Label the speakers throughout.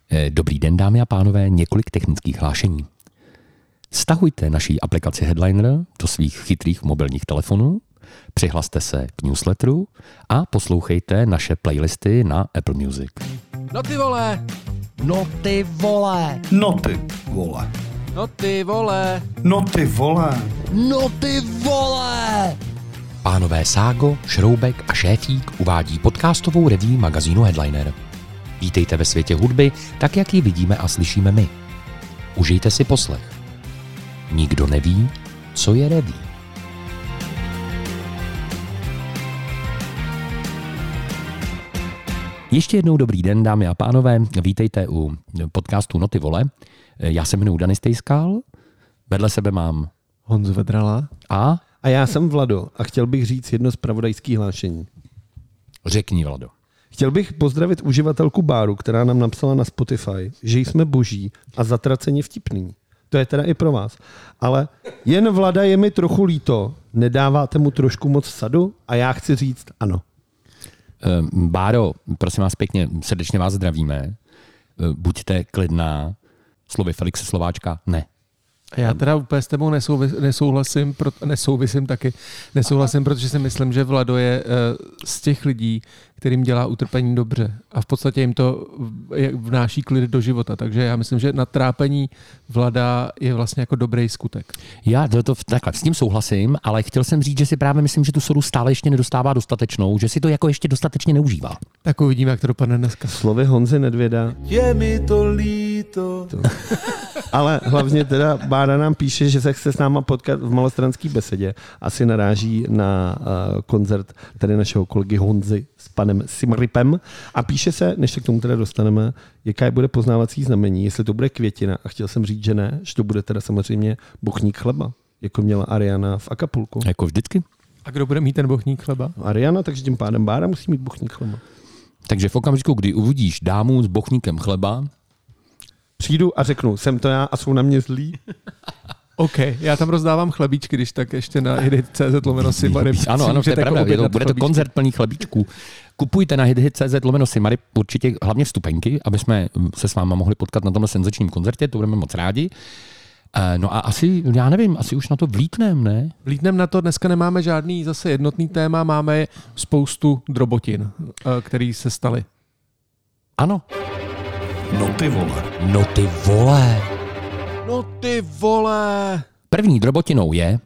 Speaker 1: Dobrý den, dámy a pánové, několik technických hlášení. Stahujte naší aplikaci Headliner do svých chytrých mobilních telefonů, přihlaste se k newsletteru a poslouchejte naše playlisty na Apple Music.
Speaker 2: No ty vole!
Speaker 3: No ty vole!
Speaker 4: No ty vole!
Speaker 2: No ty vole!
Speaker 4: No ty vole!
Speaker 3: No ty vole!
Speaker 1: Pánové Ságo, Šroubek a Šéfík uvádí podcastovou review magazínu Headliner. Vítejte ve světě hudby, tak jak ji vidíme a slyšíme my. Užijte si poslech. Nikdo neví, co je review. Ještě jednou dobrý den, dámy a pánové. Vítejte u podcastu No ty vole. Já se jmenuji Danis Tejskal, vedle sebe mám
Speaker 2: Honzu Vedrala.
Speaker 5: A já jsem Vlado a chtěl bych říct jedno zpravodajské hlášení.
Speaker 1: Řekni, Vlado.
Speaker 5: Chtěl bych pozdravit uživatelku Báru, která nám napsala na Spotify, že jsme boží a zatraceně vtipný. To je teda i pro vás. Ale jen Vlada je mi trochu líto. Nedáváte mu trošku moc sadu? A já chci říct ano.
Speaker 1: Báro, prosím vás pěkně, srdečně vás zdravíme. Buďte klidná. Slovy Felixe Slováčka, ne.
Speaker 2: A já teda úplně s tebou nesouhlasím, protože si myslím, že Vlado je z těch lidí, kterým dělá utrpení dobře a v podstatě jim to vnáší klid do života. Takže já myslím, že na trápení Vlada je vlastně jako dobrý skutek.
Speaker 1: Já takhle s tím souhlasím, ale chtěl jsem říct, že si právě myslím, že tu sodu stále ještě nedostává dostatečnou, že si to jako ještě dostatečně neužívá.
Speaker 2: Tak uvidíme, jak to dopadne dneska.
Speaker 5: Slovy Honzy Nedvěda.
Speaker 4: Je mi to líto.
Speaker 5: Ale hlavně teda Bára nám píše, že se chce s náma potkat v Malostranské besedě. Asi naráží na koncert tady našeho kolegy Honzy s panem Simripem. A píše se, než se k tomu teda dostaneme, jaká bude poznávací znamení, jestli to bude květina. A chtěl jsem říct, že ne, že to bude teda samozřejmě bochník chleba, jako měla Ariana v Acapulku.
Speaker 1: Jako vždycky.
Speaker 2: A kdo bude mít ten bochník chleba?
Speaker 5: Ariana, takže tím pádem Bára musí mít bochník chleba.
Speaker 1: Takže v okamžiku, kdy uvidíš dámu s bochníkem chleba,
Speaker 5: přijdu a řeknu, jsem to já a jsou na mě zlí.
Speaker 2: OK, já tam rozdávám chlebíčky, když tak ještě na hit.cz/Simary.
Speaker 1: Ano, to je pravda, bude to koncert plný chlebíčků. Kupujte na hit.cz/Simary určitě hlavně vstupenky, aby jsme se s váma mohli potkat na tomhle senzačním koncertě, to budeme moc rádi. No a asi, já nevím, asi už na to vlítnem, ne?
Speaker 2: Vlítnem na to, dneska nemáme žádný zase jednotný téma, máme spoustu drobotin, který se staly.
Speaker 1: Ano.
Speaker 4: No ty vole.
Speaker 1: No ty vole.
Speaker 2: No ty vole.
Speaker 1: První drobotinou je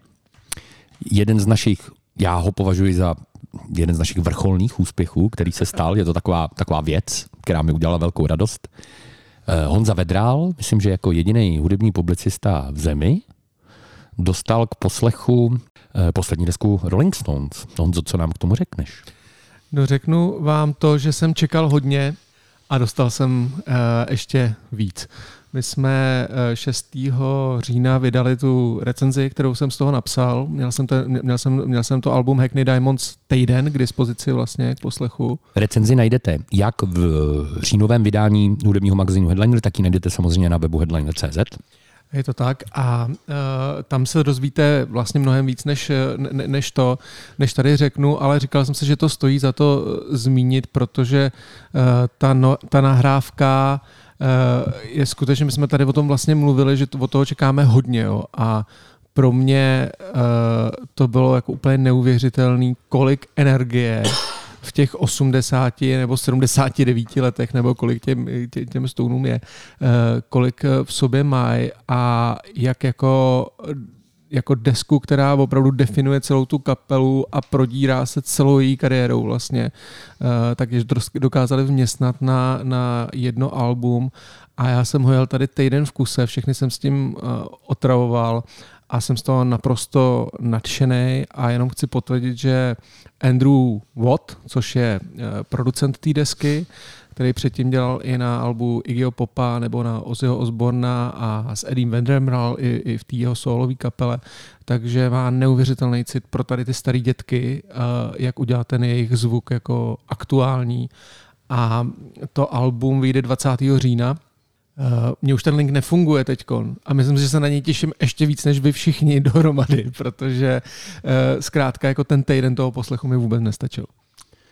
Speaker 1: jeden z našich, já ho považuji za jeden z našich vrcholných úspěchů, který se stal. Je to taková věc, která mi udělala velkou radost. Honza Vedral, myslím, že jako jediný hudební publicista v zemi, dostal k poslechu poslední desku Rolling Stones. Honzo, co nám k tomu řekneš?
Speaker 2: No řeknu vám to, že jsem čekal hodně a dostal jsem ještě víc. My jsme 6. října vydali tu recenzi, kterou jsem z toho napsal. Měl jsem to album Hackney Diamonds týden k dispozici vlastně k poslechu.
Speaker 1: Recenzi najdete jak v říjnovém vydání hudebního magazínu Headliner, tak ji najdete samozřejmě na webu headliner.cz.
Speaker 2: Je to tak a tam se dozvíte vlastně mnohem víc než tady řeknu, ale říkal jsem si, že to stojí za to zmínit, protože ta nahrávka je skutečně, my jsme tady o tom vlastně mluvili, že od toho čekáme hodně, jo, a pro mě to bylo jako úplně neuvěřitelný, kolik energie v těch 80 nebo 79 letech, nebo kolik těm Stounům je, kolik v sobě mají a jak jako desku, která opravdu definuje celou tu kapelu a prodírá se celou její kariérou vlastně, takže dokázali vměstnat na jedno album a já jsem ho jel tady týden v kuse, všechny jsem s tím otravoval a jsem z toho naprosto nadšenej a jenom chci potvrdit, že Andrew Watt, což je producent té desky, který předtím dělal i na albu Iggyho Popa nebo na Ozzyho Osborna a s Eddiem Vedrem hrál i v té jeho solové kapele, takže má neuvěřitelný cit pro tady ty starý dětky, jak udělat ten jejich zvuk jako aktuální. A to album vyjde 20. října. Mně už ten link nefunguje teďkon a myslím si, že se na něj těším ještě víc než vy všichni dohromady, protože zkrátka jako ten týden toho poslechu mi vůbec nestačil.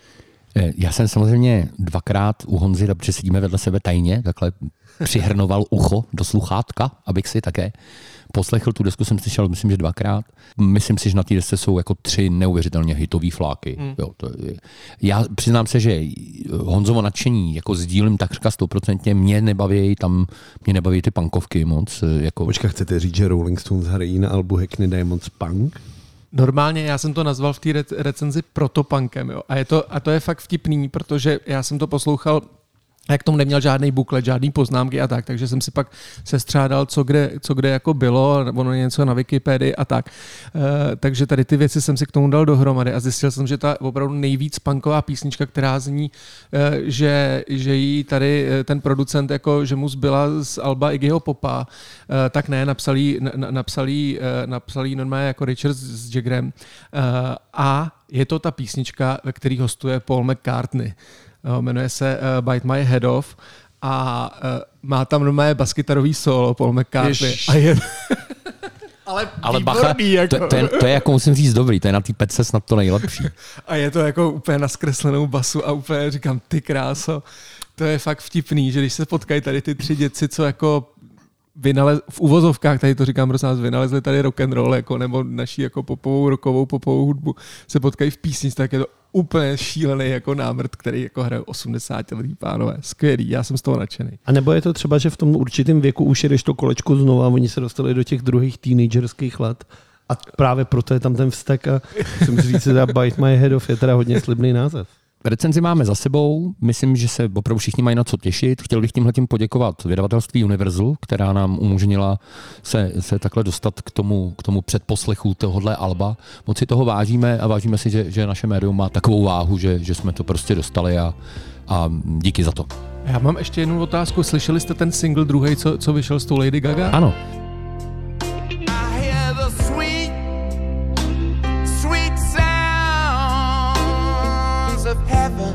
Speaker 1: Já jsem samozřejmě 2krát u Honzy, protože sedíme vedle sebe tajně, takhle přihrnoval ucho do sluchátka, abych si také poslechl. Tu desku jsem slyšel, myslím, že 2krát. Myslím si, že na té desce jsou jako 3 neuvěřitelně hitový fláky. Jo, já přiznám se, že Honzovo nadšení jako sdílím takřka 100%, mě nebaví ty punkovky moc. Jako...
Speaker 5: Počka, chcete říct, že Rolling Stones hrají na albu Hackney Diamonds punk?
Speaker 2: Normálně já jsem to nazval v té recenzi protopunkem, jo. A to je fakt vtipný, protože já jsem to poslouchal, já k tomu neměl žádný buklet, žádný poznámky a tak, takže jsem si pak sestřádal, co kde jako bylo, ono něco na Wikipedii a tak. Takže tady ty věci jsem si k tomu dal dohromady a zjistil jsem, že ta opravdu nejvíc punková písnička, která zní, že jí tady ten producent, jako, že mu zbyla z alba Iggyho Popa, tak ne, napsal jí normálně jako Richard s Jaggerem. A je to ta písnička, ve které hostuje Paul McCartney. Jmenuje se Bite My Head Off a má tam normálně baskytarový solo Paul McCartney. A je... ale
Speaker 1: bacha,
Speaker 2: jako.
Speaker 1: To je jako musím říct dobrý, to je na té pece snad to nejlepší.
Speaker 2: A je to jako úplně na zkreslenou basu a úplně říkám, ty kráso, to je fakt vtipný, že když se potkají tady ty 3 děci, co jako v uvozovkách, tady to říkám, prosím vás, vynalezli tady rock and roll, jako, nebo naší jako rockovou popovou hudbu, se potkají v písnici, tak je to úplně šílený jako námrt, který jako hraje 80letý pánové. Skvělý, já jsem z toho nadšený.
Speaker 5: A nebo je to třeba, že v tom určitém věku už jedeš to kolečko znova a oni se dostali do těch druhých teenagerských let a právě proto je tam ten vztek a musím říct, že Bite My Head Off je teda hodně slibný název.
Speaker 1: Recenzi máme za sebou, myslím, že se opravdu všichni mají na co těšit. Chtěl bych tímhletím poděkovat vydavatelství Universal, která nám umožnila se takhle dostat k tomu předposlechu tohohle alba. Moc si toho vážíme a vážíme si, že naše médium má takovou váhu, že jsme to prostě dostali a díky za to.
Speaker 2: Já mám ještě jednu otázku. Slyšeli jste ten single druhý, co vyšel s tou Lady Gaga?
Speaker 1: Ano.
Speaker 6: Of heaven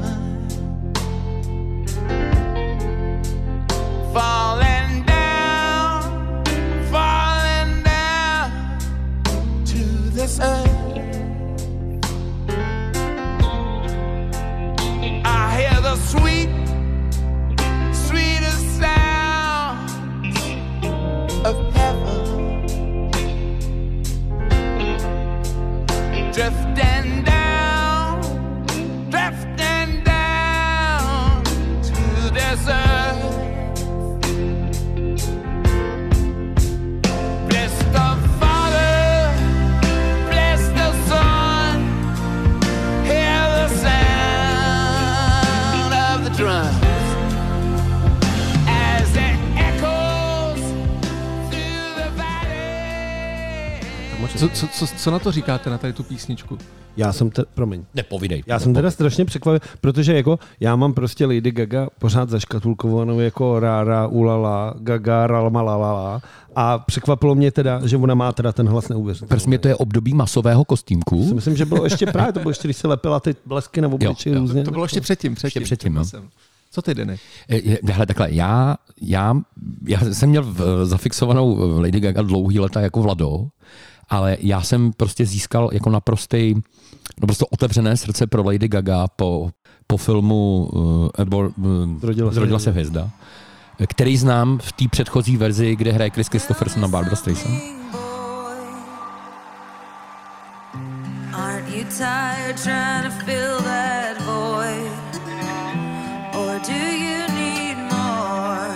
Speaker 6: falling down to this earth. I hear the sweetest sounds of heaven drifting down to this earth. Bless the Father, bless the Son, hear the sound of the drums as it echoes through the valley.
Speaker 2: Co na to říkáte, na tady tu písničku?
Speaker 1: Nepovídej.
Speaker 5: Já jsem teda strašně překvapen, protože jako já mám prostě Lady Gaga pořád zaškatulkovanou jako rára, ulala, gaga, ralmalalala a překvapilo mě teda, že ona má teda ten hlas neuvěřitelný.
Speaker 1: Prostě mě to je období masového kostýmku.
Speaker 5: Myslím, že bylo ještě právě, to bylo ještě, když se lepila ty blesky na obličeji různě.
Speaker 2: To bylo ještě předtím.
Speaker 1: No.
Speaker 2: Co ty, Denny?
Speaker 1: Hele, takhle, já jsem měl zafixovanou Lady Gaga dlouhý leta jako Vlado, ale já jsem prostě získal jako naprosto otevřené srdce pro Lady Gaga po filmu Zrodila se hvězda, který znám v té předchozí verzi, kde hraje Chris Christopherson a Barbra Streisand.
Speaker 7: Aren't you tired trying to fill that void? Or do you need more?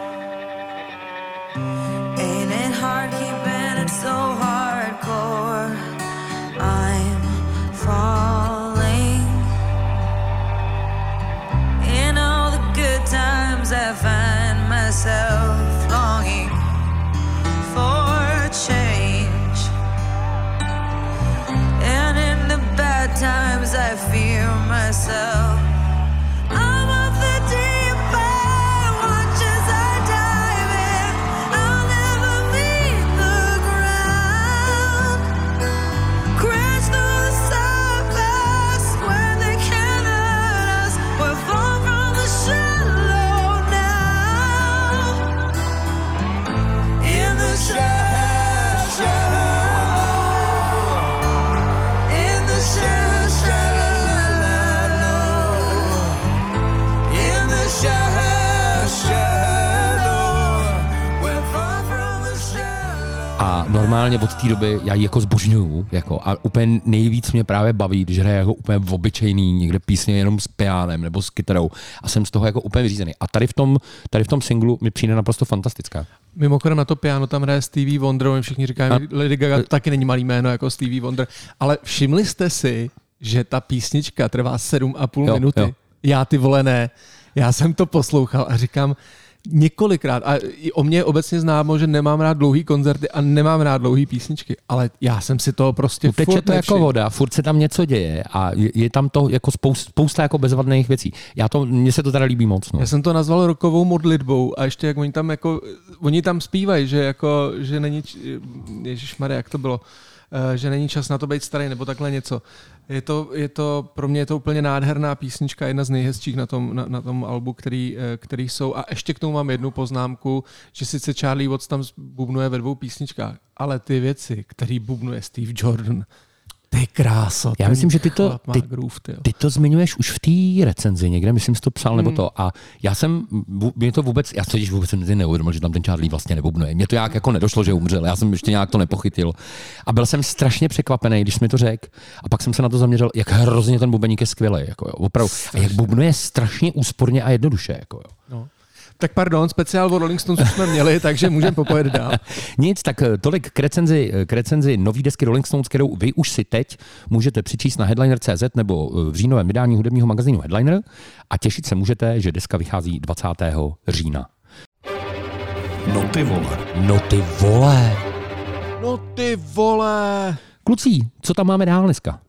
Speaker 7: Ain't it hard keeping it so hardcore? I'm falling. In all the good times I find myself longing for change. And in the bad times I fear myself. I'm of the deep end, watch as I dive in. I'll never meet the ground. Crash through the surface where they can't hurt us. We're far from the shallow now. In the shallow, in the shallow.
Speaker 1: normálně od té doby já ji jako zbožňuju. Jako, a úplně nejvíc mě právě baví, když hraje jako úplně obyčejný někde písně jenom s pianem nebo s kytarou. A jsem z toho jako úplně vyřízený. A tady v tom singlu mi přijde naprosto fantastická.
Speaker 2: Mimochodem na to piano tam hraje Stevie Wonder, oni všichni říkají, Lady Gaga taky není malý jméno jako Stevie Wonder, ale všimli jste si, že ta písnička trvá 7,5 minuty?
Speaker 1: Jo.
Speaker 2: Já ty vole ne. Já jsem to poslouchal a říkám několikrát, a i o mě obecně známo, že nemám rád dlouhý koncerty a nemám rád dlouhý písničky, ale já jsem si toho prostě
Speaker 1: Teče
Speaker 2: furt
Speaker 1: to
Speaker 2: nevšiml.
Speaker 1: jako voda, furt se tam něco děje a je tam to jako spousta jako bezvadných věcí. Mně se to teda líbí moc. No.
Speaker 2: Já jsem to nazval rokovou modlitbou a ještě jak oni tam zpívají, že není, ježišmarja, jak to bylo, že není čas na to být starý nebo takhle něco. Pro mě je to úplně nádherná písnička, jedna z nejhezčích na tom albu, který jsou. A ještě k tomu mám jednu poznámku, že sice Charlie Watts tam bubnuje ve 2 písničkách, ale ty věci, který bubnuje Steve Jordan, ty kráso.
Speaker 1: Já myslím, že ty to zmiňuješ už v té recenzi někde, myslím, že to psal nebo to. A já jsem totiž vůbec neuvědomil, že tam ten Charlie vlastně nebubnuje. Mně to nějak jako nedošlo, že umřel. Já jsem ještě nějak to nepochytil. A byl jsem strašně překvapený, když mi to řekl. A pak jsem se na to zaměřil, jak hrozně ten bubeník je skvělý. Jako, opravdu. A jak bubnuje strašně úsporně a jednoduše. Jako,
Speaker 2: no. Tak pardon, speciál o Rolling Stones jsme měli, takže můžeme popojet dál.
Speaker 1: Nic, tak tolik k recenzi nový desky Rolling Stones, kterou vy už si teď můžete přičíst na Headliner.cz nebo v říjnovém vydání hudebního magazínu Headliner a těšit se můžete, že deska vychází 20. října.
Speaker 4: No ty vole.
Speaker 1: No ty vole.
Speaker 2: No ty vole.
Speaker 1: Kluci, co tam máme dál dneska?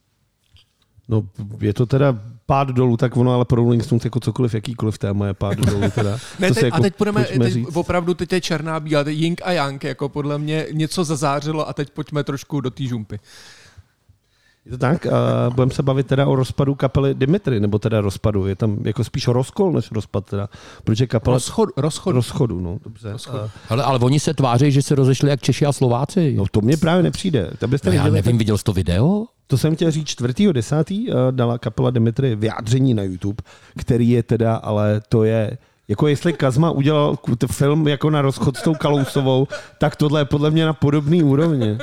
Speaker 5: No, je to teda pád dolů, tak ono, ale pro Rolling Stones jako cokoliv, jakýkoliv téma je pád dolů teda.
Speaker 2: Ne,
Speaker 5: jako,
Speaker 2: a teď půjdeme, opravdu teď je černá bílá, Ying a Yang, jako podle mě něco zazářilo a teď pojďme trošku do té žumpy.
Speaker 5: Je to tak, budeme se bavit teda o rozpadu kapely Dimitri, nebo teda rozpadu, je tam jako spíš rozkol než rozpad teda, protože kapela... Rozchodu, no, dobře.
Speaker 1: Ale oni se tváří, že se rozešli jak Češi a Slováci.
Speaker 5: No to mně právě nepřijde.
Speaker 1: Já nevím, viděl jsi to video?
Speaker 5: To jsem chtěl říct 4.10. Dala kapela Dimitri vyjádření na YouTube, který je teda, ale to je... Jako jestli Kazma udělal film jako na rozchod s tou Kalousovou, tak tohle je podle mě na podobný úrovni.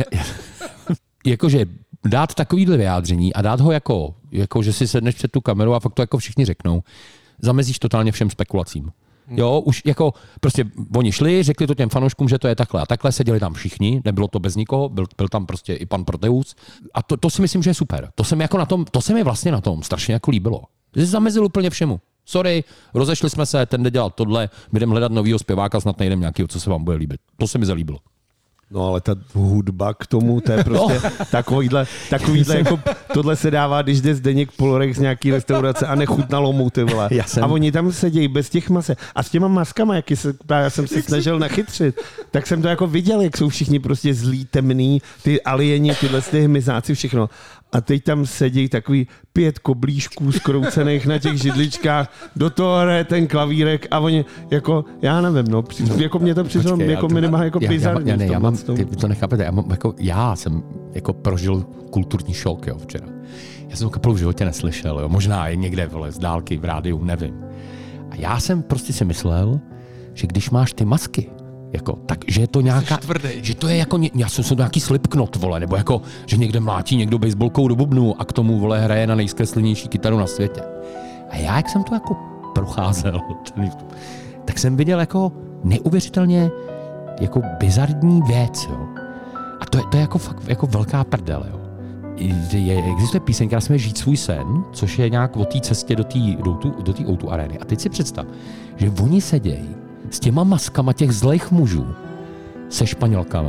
Speaker 1: Jakože dát takovýhle vyjádření a dát ho jako že si sedneš před tu kameru a fakt to jako všichni řeknou, zamezíš totálně všem spekulacím. Jo, už jako prostě oni šli, řekli to těm fanouškům, že to je takhle a takhle, seděli tam všichni, nebylo to bez nikoho, byl tam prostě i pan Proteus a to si myslím, že je super. To se mi vlastně na tom strašně jako líbilo. Že zamezil úplně všemu. Sorry, rozešli jsme se, ten jde dělat tohle, my jdeme hledat novýho zpěváka, snad najdeme nějakýho, co se vám bude líbit. To se mi zalíbilo.
Speaker 5: No ale ta hudba k tomu, to je prostě takovýhle jako tohle se dává, když jde Zdeněk Polorek z nějaký restaurace a nechutnalo mu, ty vole. A oni tam sedějí bez těch masek. A s těma maskama, já jsem se snažil nachytřit, tak jsem to jako viděl, jak jsou všichni prostě zlí, temný, ty alieni, tyhle ty hmyzáci, všechno. A teď tam sedí takový 5 koblížků skroucených na těch židličkách, do toho hraje ten klavírek a oni jako, já nevím, no, jako mě to přišlo jako minimálně jako bizarní.
Speaker 1: To nechápete, já jsem jako prožil kulturní šok, jo, včera. Já jsem kapelu v životě neslyšel, jo, možná i někde, vole, z dálky v rádiu, nevím. A já jsem prostě si myslel, že když máš ty masky, jako, tak, že je to nějaká, že to je jako, já jsem nějaký slipknot, vole, nebo jako, že někde mlátí někdo baseballkou do bubnu a k tomu, vole, hraje na nejzkreslenější kytaru na světě. A já, jak jsem to jako procházel, tak jsem viděl jako neuvěřitelně jako bizarní věc, jo. A to je jako fakt jako velká prdel, jo. Existuje píseň, která se jmenuje Žít svůj sen, což je nějak o té cestě do té O2 arény. A teď si představ, že oni sedějí s těma maskama těch zlejch mužů se Španělkama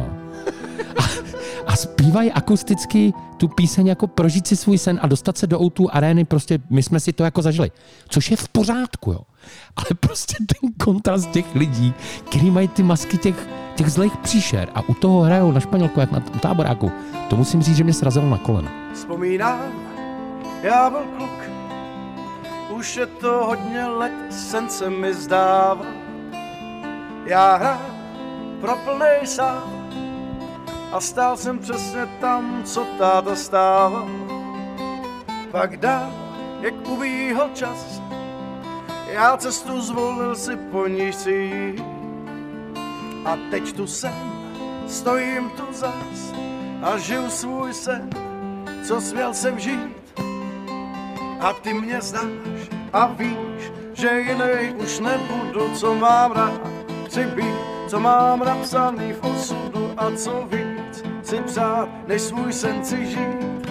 Speaker 1: a zpívají akusticky tu píseň jako prožít si svůj sen a dostat se do O2 arény, prostě my jsme si to jako zažili. Což je v pořádku, jo. Ale prostě ten kontrast těch lidí, kteří mají ty masky těch zlejch příšer a u toho hrajou na Španělku, jak na táboráku, to musím říct, že mě srazilo na kolena.
Speaker 8: Vzpomínám, já byl kluk, už je to hodně let, sen se mi zdával. Já hrál pro plnej sál a stál jsem přesně tam, co táta stával. Pak dál, jak ubíhal čas, já cestu zvolil si, po níž si jít. A teď tu jsem stojím tu zas a žiju svůj sen, co směl jsem žít. A ty mě znáš a víš, že jinej už nebudu, co mám rád. Chci být, co mám napsaný v osudu a co víc si přát, než svůj sen chci žít.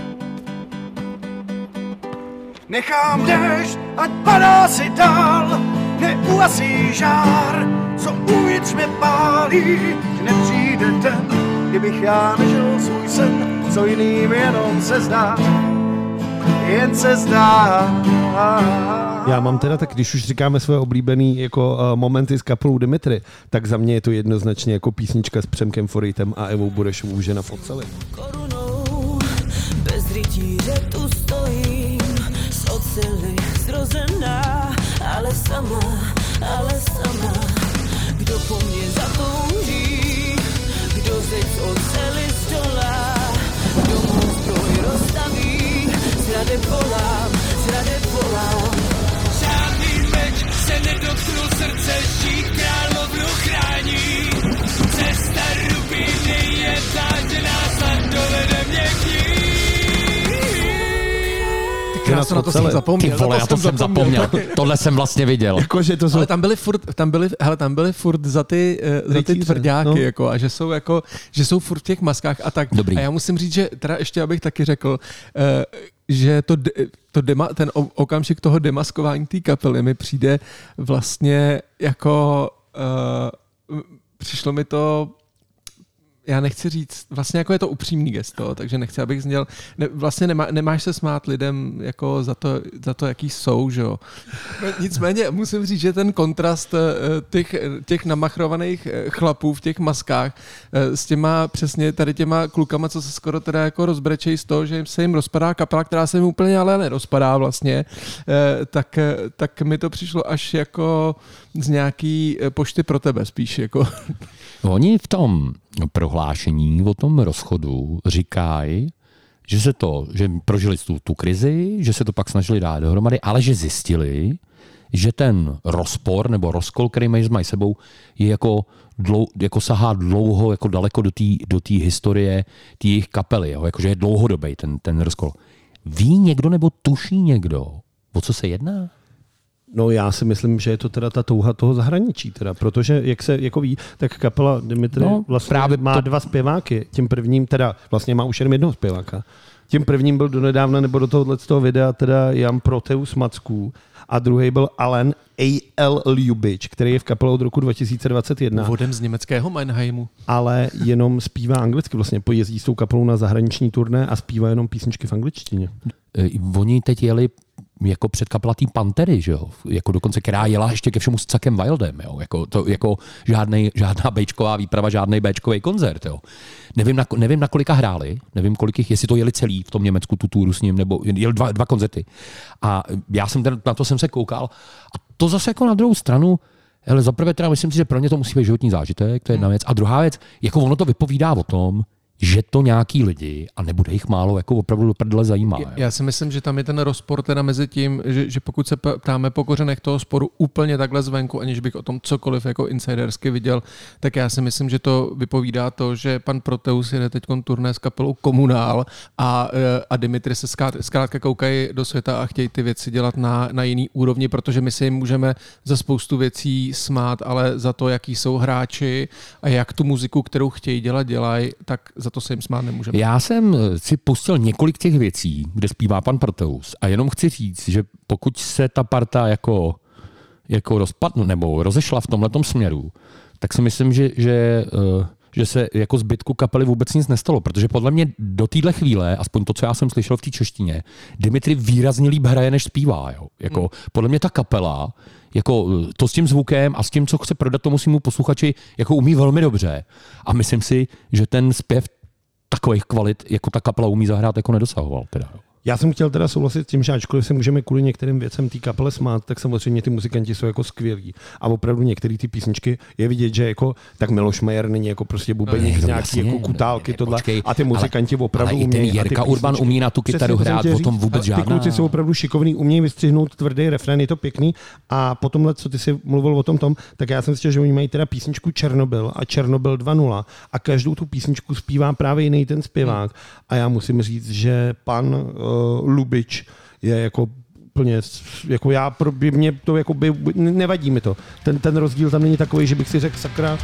Speaker 8: Nechám déšť, ať padá si dál, neuhasí žár, co uvnitř mě pálí, že nepřijde den, kdybych já nežil svůj sen, co jiným jenom se zdá, jen se zdá.
Speaker 5: Já mám teda, tak když už říkáme svoje oblíbený jako momenty s kapelou Dimitri, tak za mě je to jednoznačně jako písnička s Přemkem Forejtem a Evou Burešovou Žena v oceli.
Speaker 7: Korunou bez rytíře tu stojím, z oceli zrozená, ale sama, kdo po mně zatouží, kdo zeď z oceli zdolá, kdo můj zbroj rozstaví, zrade volám.
Speaker 6: Žádný meč se nedotknul srdce, štít královnu chrání. Cesta rubíny je ta, že nás dovede mě k ní.
Speaker 2: Já jsem na to jsem zapomněl.
Speaker 1: Ty vole, já to jsem zapomněl. Tohle jsem vlastně viděl.
Speaker 5: Jakože to jsou...
Speaker 2: Ale tam byly furt za ty tvrďáky,
Speaker 5: no.
Speaker 2: jako, a že jsou furt v těch maskách a tak.
Speaker 1: Dobrý.
Speaker 2: A já musím říct, že teda ještě abych taky řekl, že ten okamžik toho demaskování té kapely mi přijde vlastně jako přišlo mi to, já nechci říct, vlastně jako je to upřímný gesto, takže nechci, abych zněl, vlastně nemáš se smát lidem jako za to jaký jsou, že jo. No, nicméně musím říct, že ten kontrast těch namachrovaných chlapů v těch maskách s těma přesně tady těma klukama, co se skoro teda jako rozbrečejí z toho, že se jim rozpadá kapela, která se jim úplně ale nerozpadá vlastně, tak mi to přišlo až jako z nějaký pošty pro tebe spíš, jako.
Speaker 1: Oni v tom prohlášení o tom rozchodu říkají, že prožili tu krizi, že se to pak snažili dát dohromady, ale že zjistili, že ten rozpor nebo rozkol, který mají sebou, je jako sahá dlouho, jako daleko do té historie té jejich kapely, jo? Jakože je dlouhodobý ten rozkol. Ví někdo nebo tuší někdo, o co se jedná?
Speaker 5: No já si myslím, že je to teda ta touha toho zahraničí, teda, protože jak se jako ví, tak kapela Dimitri vlastně právě má dva zpěváky. Tím prvním teda vlastně má už jen jednoho zpěváka. Tím prvním byl donedávna nebo do tohoto videa teda Jan Proteus Macků a druhý byl Alan A.L. Ljubič, který je v kapele od roku 2021.
Speaker 2: Vodem z německého Mannheimu.
Speaker 5: Ale jenom zpívá anglicky, vlastně pojezdí s tou kapelou na zahraniční turné a zpívá jenom písničky v angličtině.
Speaker 1: Oni teď jeli jako předkaplatý Pantery, že jo? Jako dokonce, která jela ještě ke všemu s Zackem Wildem, jo? Jako žádná bečková výprava, žádný béčkový koncert, jo? Nevím, na kolika hráli, nevím, jestli to jeli celý v tom Německu, tu túru s ním, nebo jeli dva koncerty. A já jsem na to jsem se koukal a to zase jako na druhou stranu, ale zaprvé teda myslím si, že pro ně to musí být životní zážitek, to je jedna věc. A druhá věc, jako ono to vypovídá o tom, že to nějaký lidi, a nebude jich málo, jako opravdu do prdele zajímá.
Speaker 2: Já si myslím, že tam je ten rozpor teda mezi tím, že pokud se ptáme po kořenech toho sporu úplně takhle zvenku, aniž bych o tom cokoliv jako insidersky viděl, tak já si myslím, že to vypovídá to, že pan Proteus jede teď turné s kapelou Komunál a Dimitri se zkrátka koukají do světa a chtějí ty věci dělat na jiný úrovni, protože my si jim můžeme za spoustu věcí smát, ale za to, jaký jsou hráči a jak tu muziku, kterou chtějí dělají, tak za to se jim smát nemůžeme.
Speaker 1: Já jsem si pustil několik těch věcí, kde zpívá pan Proteus a jenom chci říct, že pokud se ta parta jako rozpadla nebo rozešla v tomhletom směru, tak si myslím, že se jako zbytku kapely vůbec nic nestalo, protože podle mě do téhle chvíle, aspoň to, co já jsem slyšel v té češtině, Dimitri výrazně líp hraje, než zpívá. Jo? Jako, podle mě ta kapela jako to s tím zvukem a s tím, co chce prodat tomu svýmu posluchači, jako umí velmi dobře. A myslím si, že ten zpěv takových kvalit, jako ta kapela umí zahrát, jako nedosahoval. Teda.
Speaker 5: Já jsem chtěl teda souhlasit s tím, že ačkoliv se můžeme kvůli některým věcem té kapele smát, tak samozřejmě ty muzikanti jsou jako skvělí. A opravdu některé ty písničky je vidět, že jako tak Miloš Majer není jako prostě bubeník z nějaký jako kutálky tohle. A ty muzikanti opravdu
Speaker 1: umějí. Ale i ten Jirka Urban umí na tu kytaru hrát, o tom vůbec žádná.
Speaker 5: Ty kluci jsou opravdu šikovní, umějí vystřihnout tvrdý refrén, je to pěkný. A potom, co ty si mluvil o tom, tak já jsem si chtěl, že oni mají teda písničku Černobyl a Černobyl 2.0 a každou tu písničku zpívá právě jiný ten zpěvák. A já musím říct, že pan Lubič je jako plně, jako mě to jako by, nevadí mi to. Ten rozdíl tam není takový, že bych si řekl sakra.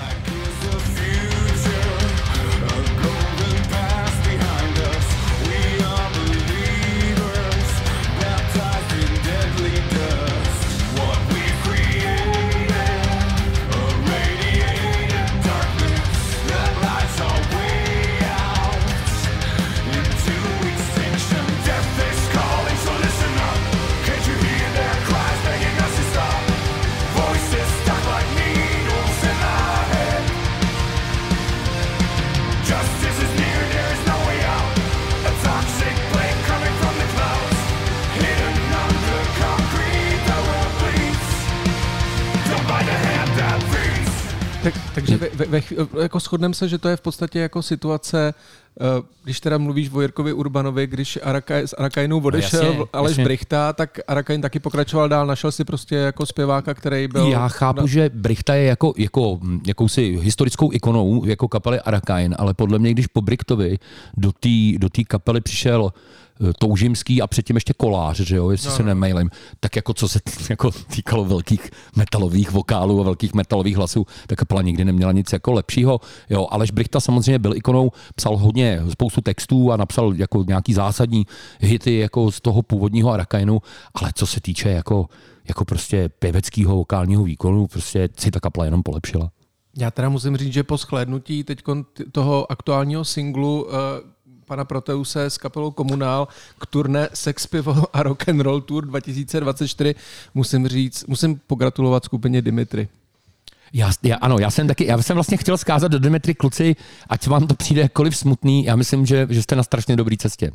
Speaker 2: Takže jako shodneme se, že to je v podstatě jako situace, když teda mluvíš o Jirkovi Urbanovi, když s Arakajnou odešel Aleš Brychta, tak Arakajn taky pokračoval dál, našel si prostě jako zpěváka, který byl...
Speaker 1: Já chápu, že Brychta je jako jakousi historickou ikonou jako kapely Arakajn, ale podle mě, když po Brychtovi do té kapely přišel Toužimský a předtím ještě Kolář, že jo, jestli se nemailím, tak jako co se jako týkalo velkých metalových vokálů a velkých metalových hlasů, tak kapela nikdy neměla nic jako lepšího. Jo, Aleš Brychta samozřejmě byl ikonou, psal hodně spoustu textů a napsal jako nějaký zásadní hity jako z toho původního Arakajnu, ale co se týče jako prostě pěveckého vokálního výkonu, prostě si ta kapela jenom polepšila.
Speaker 2: Já teda musím říct, že po shlédnutí teď toho aktuálního singlu pana Proteuse s kapelou Komunál k turné Sex, pivo a Rock and Roll Tour 2024 musím pogratulovat skupině Dimitri.
Speaker 1: Já jsem vlastně chtěl zkázat do Dimitri, kluci, ať vám to přijde jakkoliv smutný, já myslím, že jste na strašně dobrý cestě.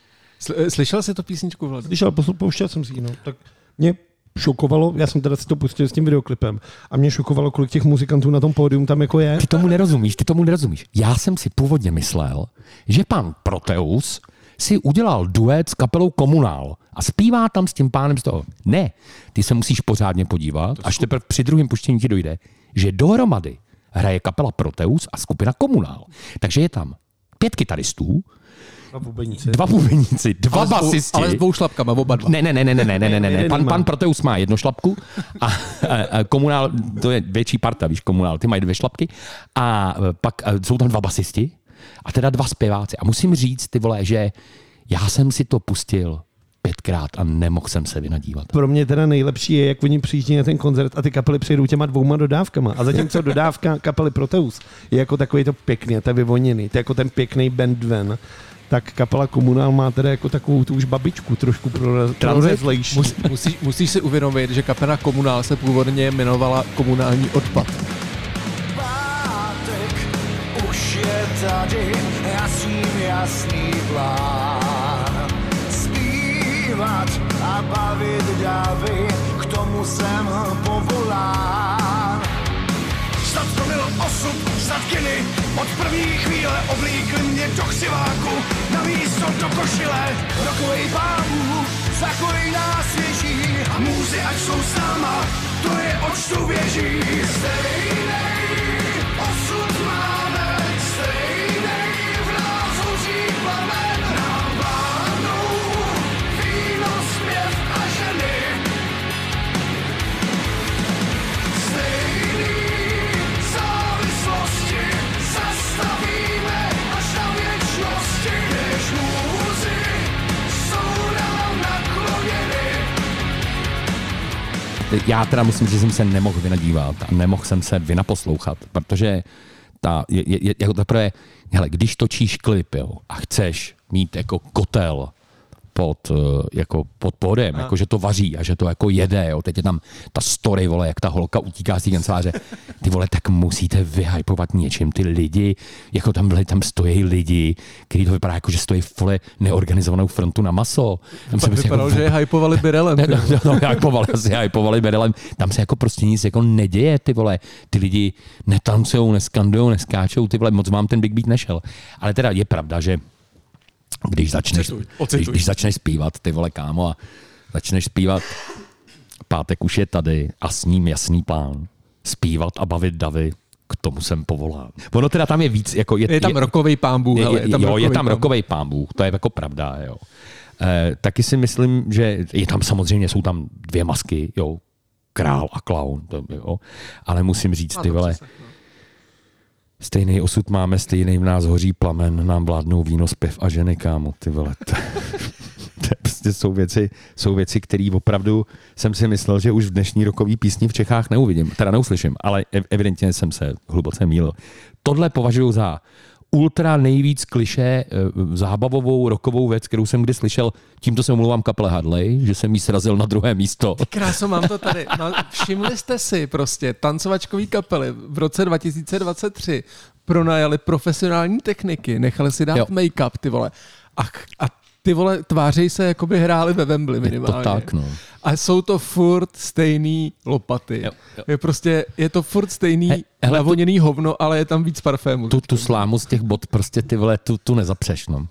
Speaker 2: Slyšel jsi to písničku, Vlado?
Speaker 5: Slyšel, pouštěl jsem si ji, no. Tak mě šokovalo, já jsem teda si to pustil s tím videoklipem a mě šokovalo, kolik těch muzikantů na tom pódium tam jako je.
Speaker 1: Ty tomu nerozumíš. Já jsem si původně myslel, že pan Proteus si udělal duet s kapelou Komunál a zpívá tam s tím pánem z toho. Ne, ty se musíš pořádně podívat, až teprve při druhém puštění ti dojde, že dohromady hraje kapela Proteus a skupina Komunál. Takže je tam 5 kytaristů, 2 bubeníci, 2 basisti.
Speaker 2: Ale s 2 šlapkama, oba 2.
Speaker 1: Ne. Pan Proteus má 1 šlapku a Komunál, to je větší parta, víš, Komunál, ty mají 2 šlapky a pak jsou tam 2 basisti a teda 2 zpěváci. A musím říct, ty vole, že já jsem si to pustil 5krát a nemohl jsem se vynadívat.
Speaker 5: Pro mě teda nejlepší je, jak oni přijíždí na ten koncert a ty kapely přijdou těma 2 dodávkama. A zatímco dodávka kapely Proteus je jako takový to pěkný a to vyvoněný, to je jako ten pěkný bandvan, tak kapela Komunál má teda jako takovou tu už babičku, trošku prorezlejší.
Speaker 2: Musíš si uvědomit, že kapela Komunál se původně jmenovala Komunální odpad.
Speaker 6: Pátek už je tady, já s ním jasný plán. Zpívat a bavit davy, k tomu jsem povolán. Snad to byl osud, snad kiny, od první chvíle oblíkli mě do chciváku, na místo do košile, rokovej pánů, zakojí nás věží, a můzy ať jsou s náma, to je očtu věží. Stejnej osud máme, stejnej v nás hoří plamen, nám vládnou víno, zpěv a ženy.
Speaker 1: Já teda musím, že jsem se nemohl vynadívat a nemohl jsem se vynaposlouchat, protože jako teprve, hele, když točíš klip, jo, a chceš mít jako kotel pod pódem, jako že to vaří a že to jako jede. Jo. Teď je tam ta story, vole, jak ta holka utíká z té kanceláře. Ty vole, tak musíte vyhypovat něčím ty lidi, jako tam stojí lidi, kteří to vypadá jako, že stojí vole neorganizovanou frontu na maso. Tam
Speaker 2: se vypadalo, jako, že je hypovali Birelem.
Speaker 1: hypovali Birelem. Tam se jako prostě nic jako neděje, ty vole. Ty lidi netancujou, neskandujou, neskáčou, ty vole, moc vám ten Big Beat nešel. Ale teda je pravda, že když začneš zpívat, ty vole, kámo, a začneš zpívat Pátek už je tady a s ním jasný plán. Zpívat a bavit davy, k tomu jsem povolán. Ono teda tam je víc, jako
Speaker 2: je tam rokovej pánbůh.
Speaker 1: Je tam rokovej pánbůh, to je jako pravda, jo. Taky si myslím, že je tam samozřejmě, jsou tam dvě masky, jo, král a klaun, jo, ale musím říct, ty vole, stejný osud máme, stejný v nás hoří plamen, nám vládnou víno, zpěv a ženy, kámo, ty vole. To prostě jsou věci, které opravdu jsem si myslel, že už v dnešní rokový písni v Čechách neuvidím, teda neuslyším, ale evidentně jsem se hluboce mýlil. Tohle považuji za ultra nejvíc klišé zábavovou rokovou věc, kterou jsem kdy slyšel. Tímto se omlouvám kapele Hadley, že jsem jí srazil na druhé místo.
Speaker 2: Krásno, mám to tady. Všimli jste si prostě tancovačkový kapely v roce 2023 pronajali profesionální techniky, nechali si dát make-up, ty vole. A ty vole, tvářejí se, jako by hráli ve Wembley minimálně.
Speaker 1: Je to tak, no.
Speaker 2: A jsou to furt stejný lopaty. Jo. Je to furt stejný navoněný hovno, ale je tam víc parfému.
Speaker 1: Tu slámu z těch bot prostě ty vole, tu nezapřeš, no.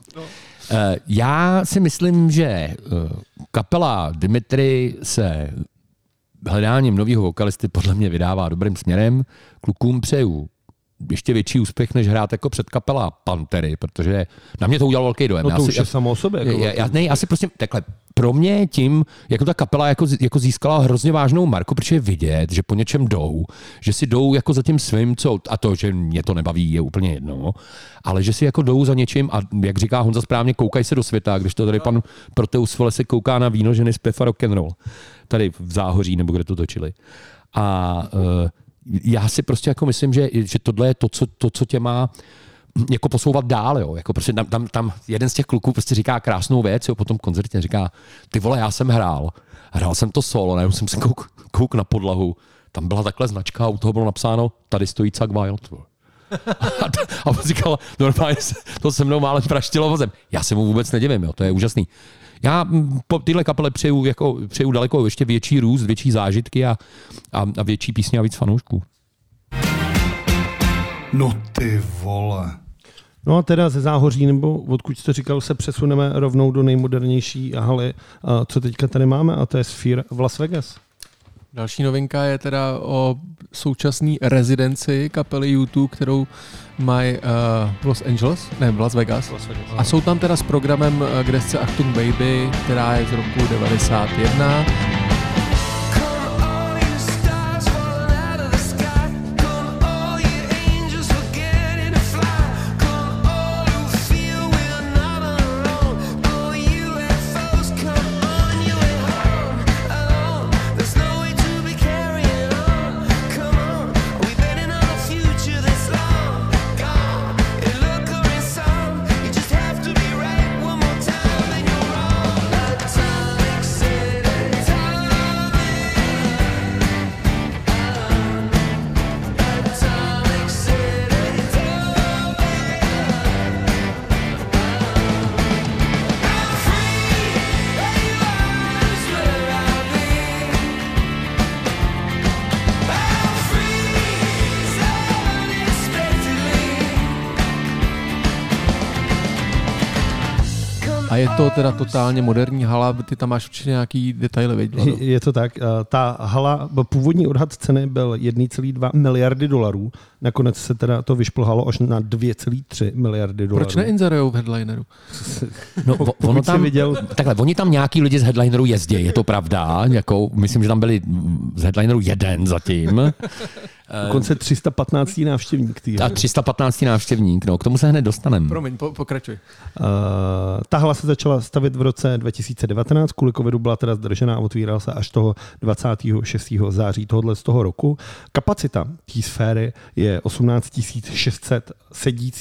Speaker 1: Já si myslím, že kapela Dimitri se hledáním nového vokalisty podle mě vydává dobrým směrem. Klukům přeju ještě větší úspěch, než hrát jako předkapela Pantery, protože na mě to udělalo velký dojem.
Speaker 5: No to už je samo o sobě.
Speaker 1: Asi prostě takhle, pro mě tím, jako ta kapela jako získala hrozně vážnou marku, protože je vidět, že po něčem jdou, že si jdou jako za tím svým, a to, že mě to nebaví, je úplně jedno, ale že si jako jdou za něčím a jak říká Honza správně, koukají se do světa, když to tady pan Proteus Vole se kouká na víno, ženy, zpěv a rock'n'roll. Tady v Záhoří, nebo kde to točili. A já si prostě jako myslím, že tohle je to, co tě má jako posouvat dál, jo. Jako prostě tam jeden z těch kluků prostě říká krásnou věc, jo, po tom koncertě říká, ty vole, já jsem hrál jsem to solo, ne, jsem si kouk na podlahu, tam byla takhle značka a u toho bylo napsáno, tady stojí Chuck Wild. A on říkal, normálně to se mnou málem praštilo vozem. Já se mu vůbec nedivím, jo, to je úžasný. Já po tyhle kapele přeju daleko ještě větší růst, větší zážitky a větší písně a víc fanoušků.
Speaker 4: No ty vole.
Speaker 5: No a teda ze Záhoří, nebo odkud jste říkal, se přesuneme rovnou do nejmodernější haly, co teďka tady máme, a to je Sphere v Las Vegas.
Speaker 2: Další novinka je teda o současné rezidenci kapely U2, kterou mají v Los Angeles, ne, v Las Vegas. A jsou tam teda s programem k desce Achtung Baby, která je z roku 91. A je to teda totálně moderní hala, ty tam máš určitě nějaký detaily, veď?
Speaker 5: Je to tak. Ta hala, původní odhad ceny byl 1,2 miliardy dolarů. Nakonec se teda to vyšplhalo až na 2,3 miliardy dolarů.
Speaker 2: Proč neinzerujou v headlineru?
Speaker 1: No, oni tam nějaký lidi z headlineru jezdí, je to pravda. Jako, myslím, že tam byli z headlineru jeden zatím.
Speaker 5: Dokonce 315. návštěvník.
Speaker 1: A 315. návštěvník, no, k tomu se hned dostaneme.
Speaker 2: Promiň, pokračuj.
Speaker 5: Ta hala se začala stavit v roce 2019, kvůli covidu byla teda zdržená a otvírala se až toho 26. září z toho roku. Kapacita té sféry je 18 600 sedících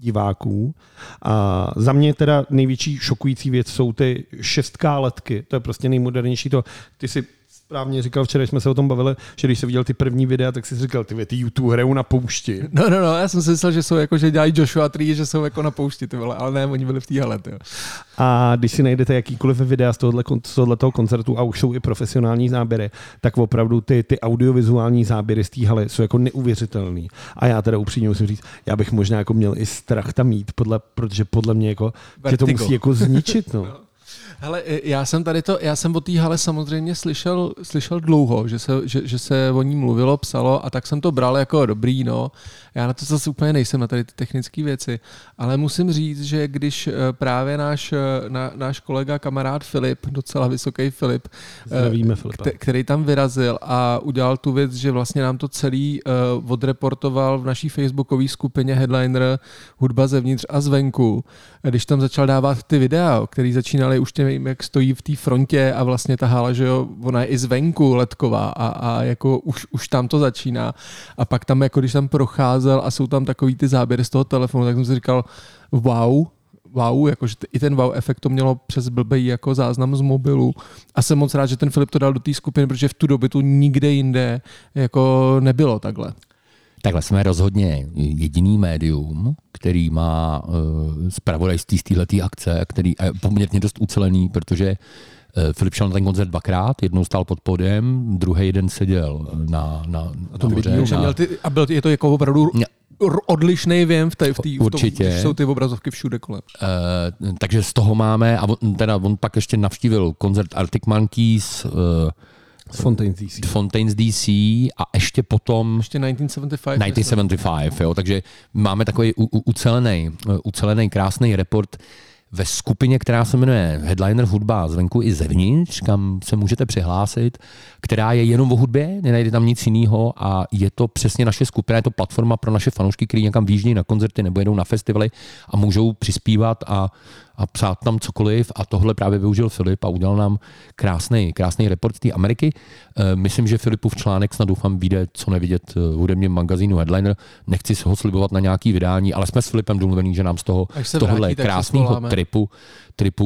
Speaker 5: diváků. A za mě teda největší šokující věc jsou ty 6K letky. To je prostě nejmodernější to. Ty si správně říkal, včera jsme se o tom bavili, že když se viděl ty první videa, tak si říkal, ty YouTube hrajou na poušti.
Speaker 2: No, já jsem si myslel, že jsou jako, že dělají Joshua Tree, že jsou jako na poušti, ty vole, ale ne, oni byli v té hale, tyjo.
Speaker 5: A když si najdete jakýkoliv videa z tohoto koncertu a už jsou i profesionální záběry, tak opravdu ty audiovizuální záběry z té haly jsou jako neuvěřitelný. A já teda upřímně musím říct, já bych možná jako měl i strach tam jít, protože podle mě jako, že to musí jako zničit. No.
Speaker 2: Hele, já jsem o té hale samozřejmě slyšel dlouho, že se o ní mluvilo, psalo a tak jsem to bral jako dobrý, no. Já na to zase úplně nejsem, na tady ty technické věci, ale musím říct, že když právě náš kolega, kamarád Filip, docela vysoký Filip,
Speaker 5: zdravíme Filipa,
Speaker 2: který tam vyrazil a udělal tu věc, že vlastně nám to celý odreportoval v naší facebookové skupině Headliner Hudba zevnitř a zvenku, když tam začal dávat ty videa, který začínaly už tím, jak stojí v té frontě a vlastně ta hala, že jo, ona je i zvenku letková a jako už tam to začíná a pak tam jako když tam procházel a jsou tam takový ty záběry z toho telefonu, tak jsem si říkal wow, jakože i ten wow efekt to mělo přes blbej jako záznam z mobilu a jsem moc rád, že ten Filip to dal do té skupiny, protože v tu dobu to nikde jinde jako nebylo takhle.
Speaker 1: Takhle jsme rozhodně jediný médium, který má zpravodajství z téhletý akce, který je poměrně dost ucelený, protože Filip šel na ten koncert dvakrát, jednou stál pod podem, druhý den seděl na hoře.
Speaker 2: Je to jako opravdu odlišný věm
Speaker 1: určitě.
Speaker 2: Když jsou ty obrazovky všude kolem.
Speaker 1: Takže z toho máme, a on pak ještě navštívil koncert Arctic Monkeys, Fontaines DC a ještě potom...
Speaker 2: Ještě
Speaker 1: 1975, jo, takže máme takový ucelený krásný report ve skupině, která se jmenuje Headliner Hudba zvenku i zevnitř, kam se můžete přihlásit, která je jenom o hudbě, nenajde tam nic jiného a je to přesně naše skupina, je to platforma pro naše fanoušky, kteří někam výjíždějí na koncerty nebo jedou na festivaly a můžou přispívat a psát tam cokoliv a tohle právě využil Filip a udělal nám krásný report z té Ameriky. Myslím, že Filipův článek snad doufám vyjde co nevidět v hudebním magazínu Headliner. Nechci se ho slibovat na nějaký vydání, ale jsme s Filipem domluvený, že nám z tohohle krásného tripu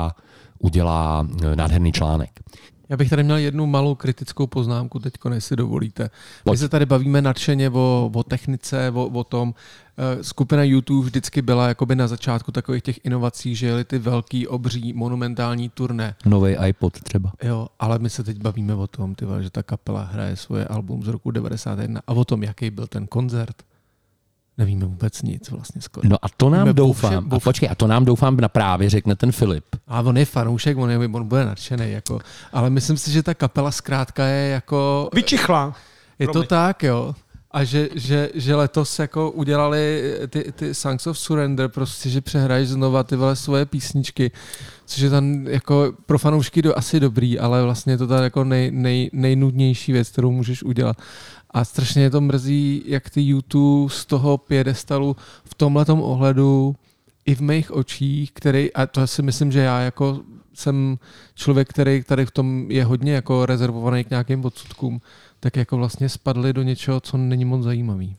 Speaker 1: udělá nádherný článek.
Speaker 2: Já bych tady měl jednu malou kritickou poznámku teďko, jestli dovolíte. My se tady bavíme nadšeně o technice, o tom. Skupina YouTube vždycky byla jakoby na začátku takových těch inovací, že jeli ty velký, obří, monumentální turné.
Speaker 1: Nový iPod třeba.
Speaker 2: Jo, ale my se teď bavíme o tom, že ta kapela hraje svoje album z roku 91 a o tom, jaký byl ten koncert. Nevíme vůbec nic vlastně skoro.
Speaker 1: No a to nám doufám. A to nám doufám právě řekne ten Filip.
Speaker 2: A on je fanoušek, on bude nadšený. Jako. Ale myslím si, že ta kapela zkrátka je jako...
Speaker 5: Vyčichla.
Speaker 2: Je to tak, jo. A že letos jako udělali ty Songs of Surrender, prostě, že přehraješ znova ty svoje písničky, což je tam jako pro fanoušky asi dobrý, ale vlastně je to tam jako nejnudnější věc, kterou můžeš udělat. A strašně je to mrzí, jak ty YouTube z toho piedestalu v tomhletom ohledu i v mých očích, a to si myslím, že já jako jsem člověk, který tady v tom je hodně jako rezervovaný k nějakým odsudkům, tak jako vlastně spadli do něčeho, co není moc zajímavý.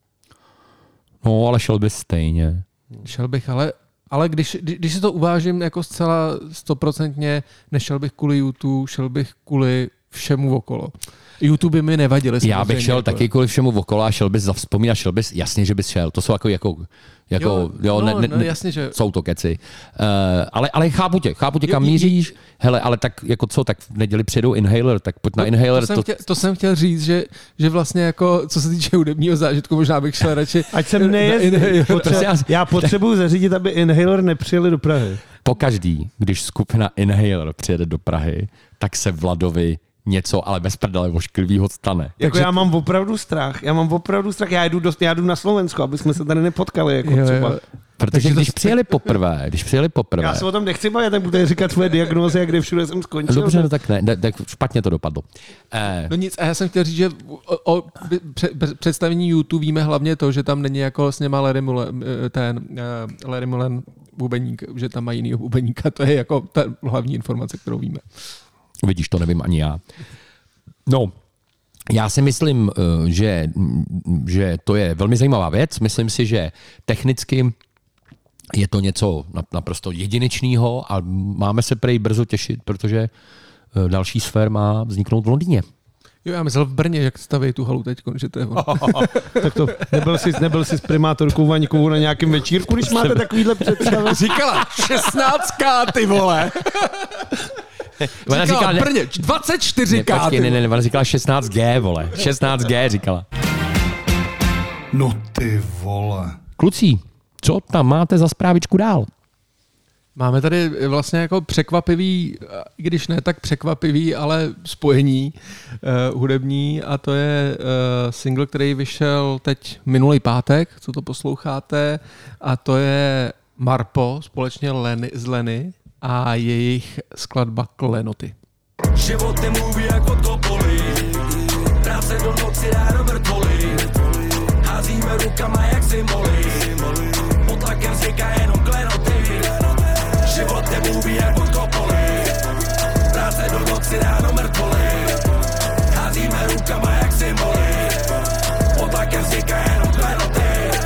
Speaker 1: No, ale šel bys stejně.
Speaker 2: Šel bych, ale když si to uvážím jako zcela 100%, nešel bych kvůli YouTube, šel bych kvůli všemu okolo. YouTube mi nevadily.
Speaker 1: Já bych šel taky kvůli všemu okolo a šel bys zavzpomínat, jasně, že bys šel. To jsou
Speaker 2: jasně, že...
Speaker 1: jsou to keci. Ale chápu tě, kam míříš. Hele, ale tak jako co, tak v neděli přijedou Inhaler, tak pojď na Inhaler.
Speaker 2: To jsem chtěl říct, že vlastně jako, co se týče hudebního zážitku, možná bych šel radši...
Speaker 5: Ať jsem nejezdil. Já potřebuji zařídit, aby Inhaler nepřijeli do Prahy.
Speaker 1: Pokaždý, když skupina Inhaler přijede do Prahy, tak se Vladovi něco, ale bez prdele ošklivýho stane.
Speaker 5: Jako já mám opravdu strach. Já jdu na Slovensko, aby jsme se tady nepotkali. Jako třeba.
Speaker 1: Protože když přijeli poprvé.
Speaker 5: Já se o tom nechci bavit, tak budu říkat tvoje diagnózy, a kde všude jsem skončil.
Speaker 1: Dobře, no tak ne, tak špatně to dopadlo.
Speaker 2: No nic, a já jsem chtěl říct, že o představení YouTube víme hlavně to, že tam není jako s něma Larry Mullen bubeník, že tam mají jinýho bubeníka, to je jako ta hlavní informace, kterou víme.
Speaker 1: Vidíš, to nevím ani já. No, Já si myslím, že to je velmi zajímavá věc. Myslím si, že technicky je to něco naprosto jedinečného a máme se prej brzo těšit, protože další sfér má vzniknout v Londýně.
Speaker 2: Jo, já myslel v Brně, jak staví tu halu teď, že to je ono.
Speaker 5: Tak to nebyl jsi s primátorkou Vaňkovou na nějakém večírku, když máte takovýhle představy?
Speaker 2: Říkala 16K, ty vole!
Speaker 1: Ona říkala
Speaker 2: v Brně 24K.
Speaker 1: Počkej, ne, ona říkala 16G, vole. 16G říkala.
Speaker 4: No ty vole.
Speaker 1: Kluci, co tam máte za zprávičku dál?
Speaker 2: Máme tady vlastně jako překvapivý, i když ne tak překvapivý, ale spojení hudební a to je single, který vyšel teď minulý pátek, co to posloucháte, a to je Marpo společně s Lenny a jejich skladba Klenoty.
Speaker 6: Život je mluví jak od Topoly, práce do noci, ráno mrtvoly, házíme rukama jak symboly, pod tlakem vzniká jenom klenoty. Život je mluví jak od Topoly, práce do noci, ráno mrtvoly, házíme rukama jak symboly, pod tlakem vzniká jenom klenoty.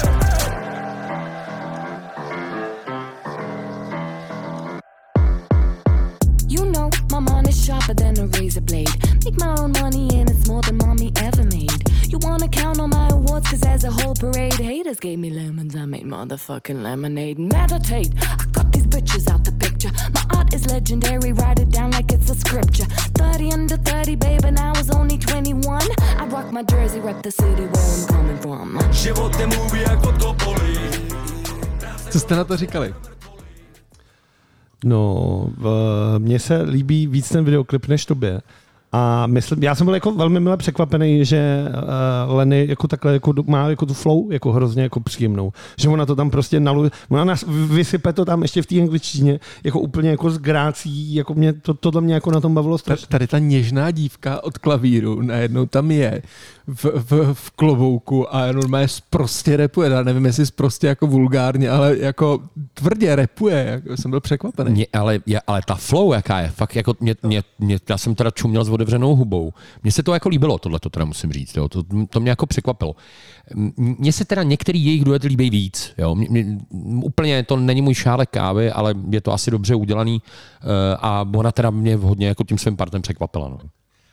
Speaker 9: You know my mind is sharper than a razor blade. Make my own money and it's more than mommy ever made. You wanna count on my awards cause there's a whole parade. Haters gave me lemons, I made motherfucking lemonade. Meditate, I cut these bitches out the picture. My art is legendary, write it down like it's a scripture. 30 under 30, baby, and I was only 21. I rock my jersey, rep the city where I'm coming from.
Speaker 6: Život je mluví jak od Topoly.
Speaker 2: Co jste na to říkali?
Speaker 5: No, mně se líbí víc ten videoklip než tobě. A já jsem byl jako velmi milé překvapený, že Lenny jako takhle jako má jako tu flow jako hrozně jako příjemnou. Že ona to tam prostě ona vysype to tam ještě v té angličtině jako úplně jako s grácí, jako tohle mě jako na tom bavilo strašně.
Speaker 2: Tady ta něžná dívka od klavíru najednou tam je v klobouku a normálně prostě rapuje. Já nevím, jestli prostě jako vulgárně, ale jako tvrdě rapuje. Jako jsem byl překvapený.
Speaker 1: Ale ta flow, jaká je, fakt jako já jsem teda čuměl s otevřenou hubou. Mně se to jako líbilo, tohleto teda musím říct. Jo. To mě jako překvapilo. Mně se teda některý jejich duety líbí víc. Jo. Úplně to není můj šálek kávy, ale je to asi dobře udělaný a ona teda mě hodně jako tím svým partem překvapila. No.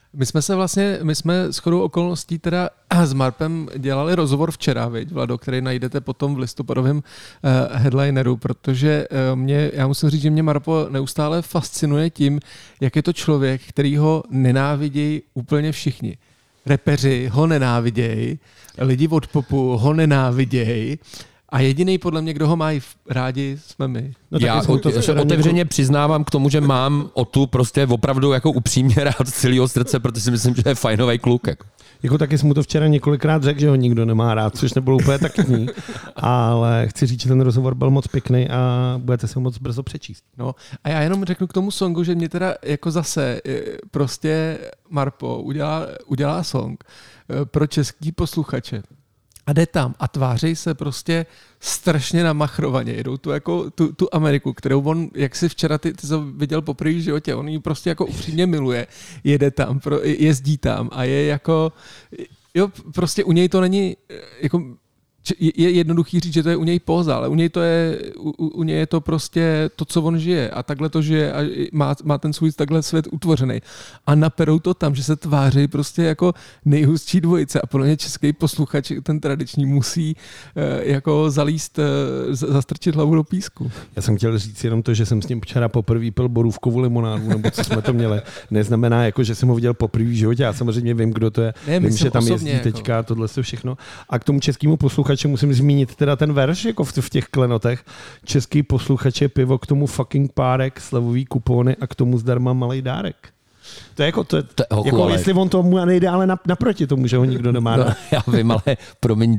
Speaker 2: My jsme shodou okolností teda s Marpem dělali rozhovor včera, viď, Vlado, který najdete potom v listopadovém headlineru, protože já musím říct, že mě Marpo neustále fascinuje tím, jak je to člověk, který ho nenávidějí úplně všichni. Repeři ho nenávidějí, lidi od popu ho nenávidějí, a jediný podle mě, kdo ho mají rádi, jsme my.
Speaker 1: No, já se otevřeně přiznávám k tomu, že mám o tu prostě opravdu jako upřímně rád z celého srdce, protože si myslím, že je fajnový kluk.
Speaker 5: Jako taky jsem mu to včera několikrát řekl, že ho nikdo nemá rád, což nebylo úplně taktní, ale chci říct, že ten rozhovor byl moc pěkný a budete se ho moc brzo přečíst.
Speaker 2: No a já jenom řeknu k tomu songu, že mě teda jako zase prostě Marpo udělá song pro český posluchače. A jde tam a tváří se prostě strašně namachrovaně. Jedou tu jako tu Ameriku, kterou on, jak si včera ty jsi viděl poprvé v životě, on ji prostě jako upřímně miluje. Jede tam, jezdí tam a je jako, jo, prostě u něj to není, jako, je jednoduchý říct, že to je u něj póza, ale u něj je to prostě to, co on žije a takhle to žije a má ten svůj takhle svět utvořený. A naperou to tam, že se tváří prostě jako nejhustší dvojice a podle mě český posluchač, ten tradiční, musí jako zastrčit hlavu do písku.
Speaker 5: Já jsem chtěl říct jenom to, že jsem s ním včera poprvé pil borůvkovou limonádu, nebo co jsme to měli. Neznamená, jako, že jsem ho viděl poprvé v životě. Já samozřejmě vím, kdo to je. Vím, že tam jezdí jako teďka, tohle se všechno. A k tomu českému posluchači musím zmínit teda ten verš jako v těch klenotech. Český posluchače, pivo, k tomu fucking párek, slevový kupony a k tomu zdarma malej dárek. To je jako, jako jestli on tomu nejde, ale naproti tomu, že ho nikdo nemá.
Speaker 1: No, já vím, ale promiň,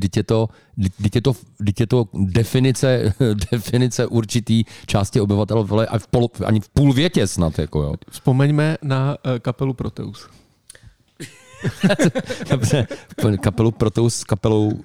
Speaker 1: je to definice určitý části obyvatel, vole, a ani v půl větě snad. Jako, jo.
Speaker 2: Vzpomeňme na kapelu Proteus.
Speaker 1: Dobře, kapelu Proteus s kapelou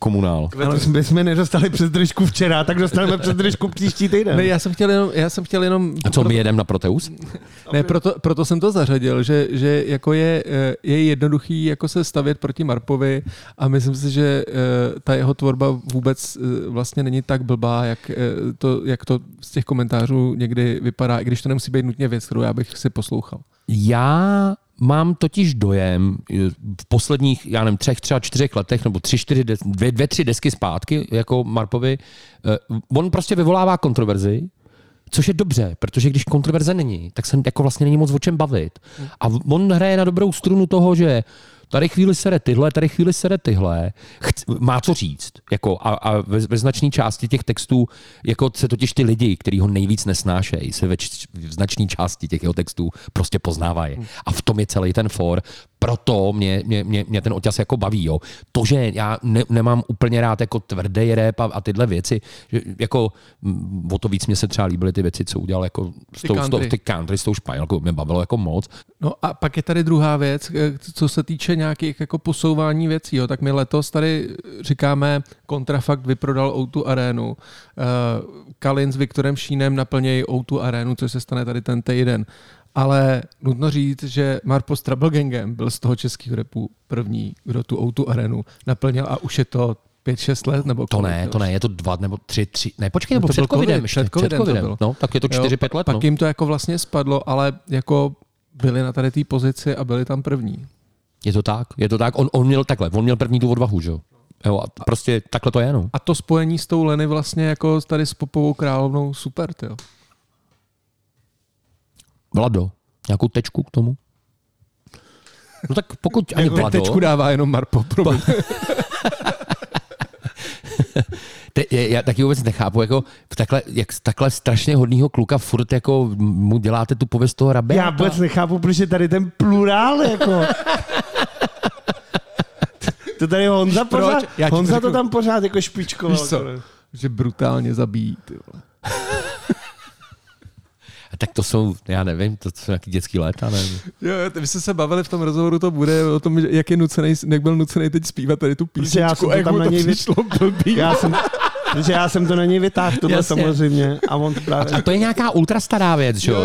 Speaker 1: komunál.
Speaker 5: My jsme nedostali přes držku včera, tak dostaneme přes držku příští týden.
Speaker 2: Ne, já jsem chtěl jenom...
Speaker 1: A co, my jedeme na Proteus?
Speaker 2: Ne, proto jsem to zařadil, že jako je jednoduchý jako se stavět proti Marpovi a myslím si, že ta jeho tvorba vůbec vlastně není tak blbá, jak to z těch komentářů někdy vypadá, i když to nemusí být nutně věc, kterou já bych si poslouchal.
Speaker 1: Já mám totiž dojem v posledních, já nevím, 4 letech, nebo 2-3 desky zpátky, jako Marpovi, on prostě vyvolává kontroverzi, což je dobře, protože když kontroverze není, tak se jako vlastně není moc o čem bavit. A on hraje na dobrou strunu toho, že tady chvíli sere tyhle, tady chvíli sere tyhle. Má co říct. Jako, a ve značné části těch textů jako se totiž ty lidi, kteří ho nejvíc nesnášejí, se v značné části těch jeho textů prostě poznávají. A v tom je celý ten for. Proto mě ten Oťas jako baví. Jo. To, že já nemám úplně rád jako tvrdý rap a tyhle věci, že jako o to víc mě se třeba líbily ty věci, co udělal jako ty country s tou Španělkou, mě bavilo jako moc.
Speaker 2: No a pak je tady druhá věc, co se týče nějakých jako posouvání věcí. Jo. Tak my letos tady říkáme, Kontrafakt vyprodal O2 arénu, Kalin s Viktorem Šínem naplnějí O2 arénu, což se stane tady ten týden. Ale nutno říct, že Marpo s Trouble Gangem byl z toho českého rapu první, kdo tu O2 arenu naplnil a už je to 5-6 let, nebo
Speaker 1: to ne, je to 2 nebo 3, ne, počkej, nebo před covidem ještě. Před covidem. No, tak je to 4-5 let.
Speaker 2: Pak jim to jako vlastně spadlo, ale jako byli na tady té pozici a byli tam první.
Speaker 1: Je to tak. On měl první tu odvahu, že jo? Jo, a prostě takhle to je, no.
Speaker 2: A to spojení s tou Leny vlastně jako tady s Popovou královnou super, jo.
Speaker 1: Vlado, nějakou tečku k tomu? No tak pokud ani Vlado...
Speaker 2: Tečku dává jenom Marpo.
Speaker 1: Já taky vůbec nechápu, jako takhle strašně hodnýho kluka furt jako mu děláte tu pověst toho rabéta.
Speaker 5: Já vůbec nechápu, protože tady ten plurál jako... To tady Honza pořád, Honza to tam pořád jako špičkoval.
Speaker 2: Víš co, že brutálně zabíjí, ty vole.
Speaker 1: Tak to jsou, já nevím, to jsou nějaký dětský léta, nevím.
Speaker 2: Jo, my jsme se bavili v tom rozhovoru, to bude o tom, jak byl nucený teď zpívat tady tu písničku.
Speaker 5: Já jsem to tam na něj já jsem to na něj vytáhl, tohle samozřejmě. A on právě...
Speaker 1: A to je nějaká ultra stará věc, že jo?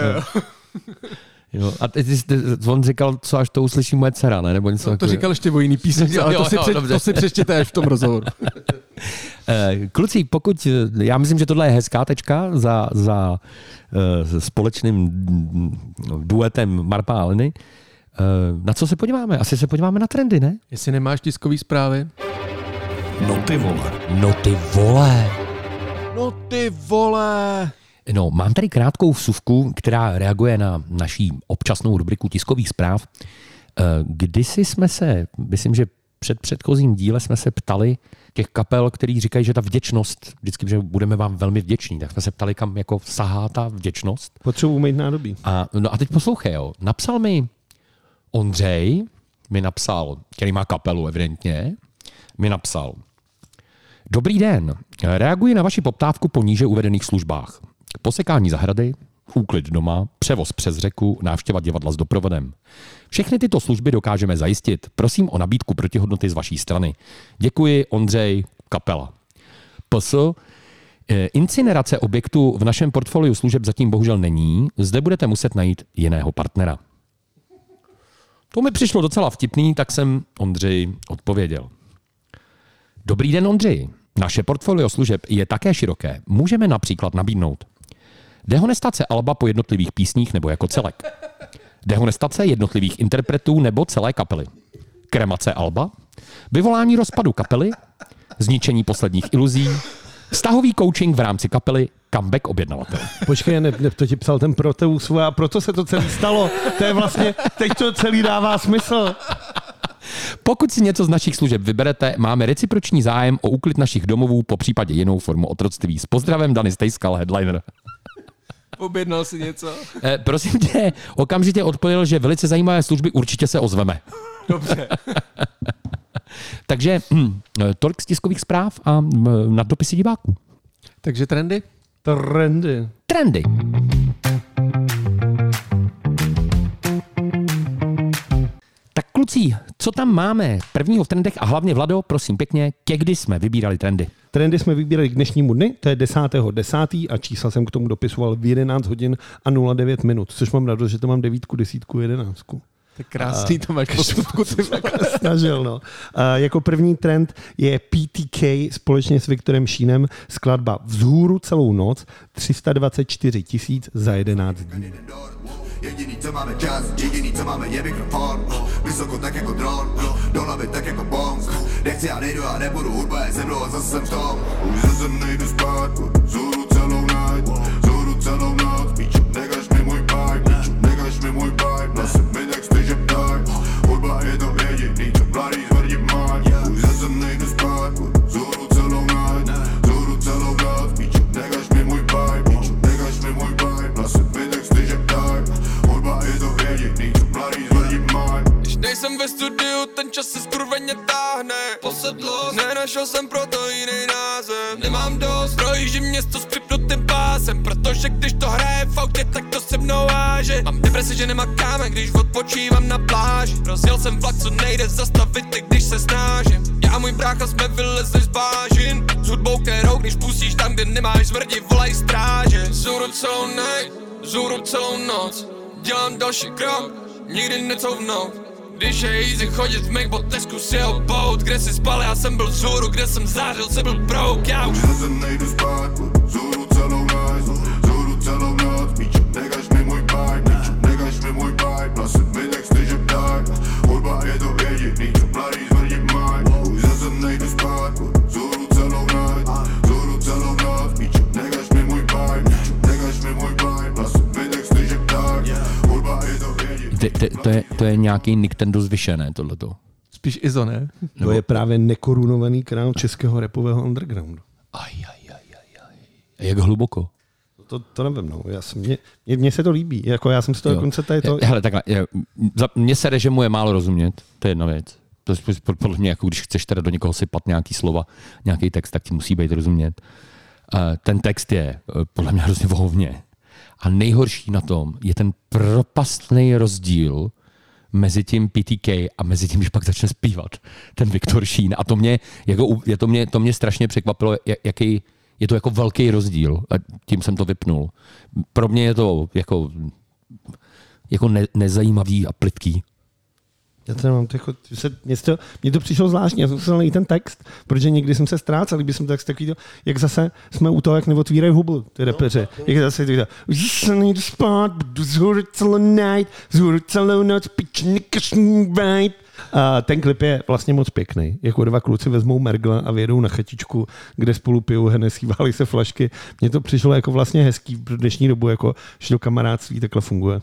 Speaker 1: Jo, a on říkal, co až to uslyší moje dcera, ne? Nebo něco
Speaker 2: to říkal ještě o jiný písničce, ale to si přečtěte až v tom rozhovoru.
Speaker 1: Kluci, já myslím, že tohle je hezká tečka za společným duetem Marpa a Leny. Na co se podíváme? Asi se podíváme na trendy, ne?
Speaker 2: Jestli nemáš tiskový zprávy.
Speaker 4: No ty vole.
Speaker 1: No ty vole.
Speaker 2: No ty vole.
Speaker 1: No, mám tady krátkou vsuvku, která reaguje na naší občasnou rubriku tiskových zpráv. Kdysi jsme se, myslím, že před předchozím díle jsme se ptali těch kapel, který říkají, že ta vděčnost, vždycky, že budeme vám velmi vděční, tak jsme se ptali, kam jako sahá ta vděčnost.
Speaker 5: Potřebuji mít nádobí.
Speaker 1: A teď poslouchej, jo. Napsal mi Ondřej, který má kapelu evidentně, mi napsal: Dobrý den, reaguji na vaši poptávku po níže uvedených službách. Posekání zahrady, úklid doma, převoz přes řeku, návštěva divadla s doprovodem. Všechny tyto služby dokážeme zajistit. Prosím o nabídku protihodnoty z vaší strany. Děkuji, Ondřej, kapela. Incinerace objektu v našem portfoliu služeb zatím bohužel není. Zde budete muset najít jiného partnera. To mi přišlo docela vtipný, tak jsem Ondřej odpověděl. Dobrý den, Ondřej. Naše portfolio služeb je také široké. Můžeme například nabídnout dehonestace alba po jednotlivých písních nebo jako celek. Dehonestace jednotlivých interpretů nebo celé kapely. Kremace alba. Vyvolání rozpadu kapely. Zničení posledních iluzí. Vztahový coaching v rámci kapely. Comeback objednavatel.
Speaker 5: Počkej, to ti psal ten Proteus a proto se to celé stalo. To je vlastně, teď to celý dává smysl.
Speaker 1: Pokud si něco z našich služeb vyberete, máme reciproční zájem o úklid našich domovů, po případě jinou formu otroctví. S pozdravem, Dany Stejskal, headliner.
Speaker 2: Objednal si něco?
Speaker 1: Prosím tě, okamžitě odpověděl, že velice zajímavé služby určitě se ozveme.
Speaker 2: Dobře.
Speaker 1: Takže tolik z tiskových zpráv a na dopisy diváků.
Speaker 2: Takže trendy?
Speaker 1: Trendy. Tak kluci, co tam máme? Prvního v trendech a hlavně Vlado, prosím pěkně, ke kdy jsme vybírali trendy?
Speaker 5: Trendy jsme vybírali k dnešnímu dny, to je 10.10. a čísla jsem k tomu dopisoval v 11 hodin a 09 minut, což mám radost, že to mám 9, 10, 11.
Speaker 2: Tak krásný to máš posudku.
Speaker 5: Snažil, no. Jako první trend je PTK společně s Viktorem Šínem, skladba Vzhůru celou noc, 324 000 za 11 dní.
Speaker 10: Jediný, co máme čas, jediný, co máme je mikrofon. Vysoko tak jako dron, do hlavy tak jako bong. Nechci a nejdu a nebudu, hudba je se mnou a zase jsem v tom. Už zase nejdu spát, vzhůru celou night, vzhůru celou noc. Píču, negaž mi můj vibe, negaž mi můj vibe. Na sebe tak stejže ptaj, hudba je to jediný, co mladý zvrdí máj. Už zase nejdu spát, vzhůru celou night, vzhůru celou noc. Píču, negaž mi můj vibe, negaž mi můj vibe. Na sebe tak stejže ptaj, je to jediný, co mladý zvrdí máj.
Speaker 11: Když nejsem ve studiu, ten čas se skurveně táhne. Posedlost, nenašel jsem proto jiný název. Nemám dost, projíždím město s připnutým pásem. Protože když to hraje v autě, tak to se mnou váže. Mám depresi, že nemakáme, když odpočívám na pláži. Rozjel jsem vlak, co nejde zastavit, i když se snažím. Já a můj brácha jsme vylezli z bážin. S hudbou, kterou když pustíš tam, kde nemáš zvrdi, volaj stráže. Zůru celou night, zůru celou noc. Dělám další krok, nikdy necouvnout. Když je easy chodit v mých botech, zkus jeho bout. Kde si spal, já jsem byl vzhůru, kde jsem zářil, se byl broke, já
Speaker 10: už zase nejdu spát, vzhůru celou night, vzhůru celou noc. Píču, negaž mi můj vibe, negaž mi můj vibe. Na sebe tak stejže ptaj, hudba je to jediný, co mladý zvrdí máj. Už zase nejdu spát, vzhůru celou night, vzhůru celou noc. Píču, negaž mi můj vibe, negaž mi můj vibe. Na sebe tak stejže ptaj, hudba je to jediný.
Speaker 1: To je nějaký Nintendo zvyšené, tohleto.
Speaker 2: Spíš Izo, ne?
Speaker 5: To je právě nekorunovaný král českého rapového undergroundu.
Speaker 1: Jak hluboko?
Speaker 5: To nevím, no. Mně se to líbí. Jako já jsem si to dokonce tady to...
Speaker 1: Hele, takhle, mně se že mu je málo rozumět, to je jedna věc. Podle mě, jako když chceš teda do někoho sypat nějaký slova, nějaký text, tak ti musí být rozumět. Ten text je podle mě hrozně vohovně. A nejhorší na tom je ten propastný rozdíl mezi tím PTK a mezi tím, když pak začne zpívat ten Viktor Šín. A to mě strašně překvapilo, jaký je to jako velký rozdíl. A tím jsem to vypnul. Pro mě je to jako nezajímavý a plytký.
Speaker 5: Já to nemám, mně to přišlo zvláštní, já jsem musel najít ten text, protože někdy jsem se ztrácel, kdyby jsem text takový, jak zase jsme u toho, jak neotvírají hubu, ty repeři. Jak zase to už se nejdu spát, budu zhůru celou night, zhůru celou noc, pič, nekašný vibe. Ten klip je vlastně moc pěkný. Jako dva kluci vezmou mergla a vyjedou na chatičku, kde spolu pijou Hennessy, válí se flašky. Mně to přišlo jako vlastně hezký pro dnešní dobu, jako že to kamarádství takhle funguje.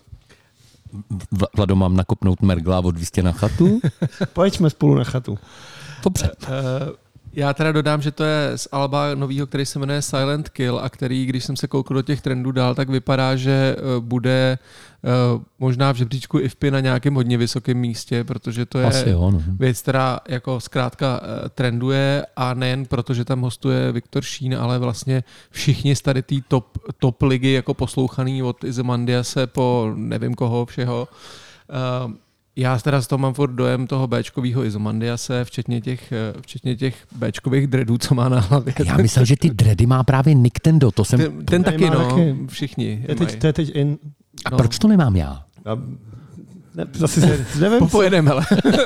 Speaker 1: Vlado, mám nakopnout mergla od 200 na chatu?
Speaker 5: Pojďme spolu na chatu.
Speaker 1: Dobře.
Speaker 2: Já teda dodám, že to je z alba novýho, který se jmenuje Silent Kill a který, když jsem se koukl do těch trendů dál, tak vypadá, že bude možná v žebříčku IFPy na nějakém hodně vysokém místě, protože to je věc, která jako zkrátka trenduje a nejen proto, že tam hostuje Viktor Šín, ale vlastně všichni z tady té top ligy jako poslouchaný od Izomandiase po nevím koho všeho. Já teda z toho mám furt dojem toho Bčkovýho Izomandiase, včetně těch Bčkových dreadů, co má na hlavě.
Speaker 1: Já myslel, že ty dready má právě Nintendo. To jsem...
Speaker 2: Ten taky, no. Taky. Všichni.
Speaker 5: To je teď in...
Speaker 1: A proč to nemám já?
Speaker 5: Zase nevím.
Speaker 2: Pojedeme, hele.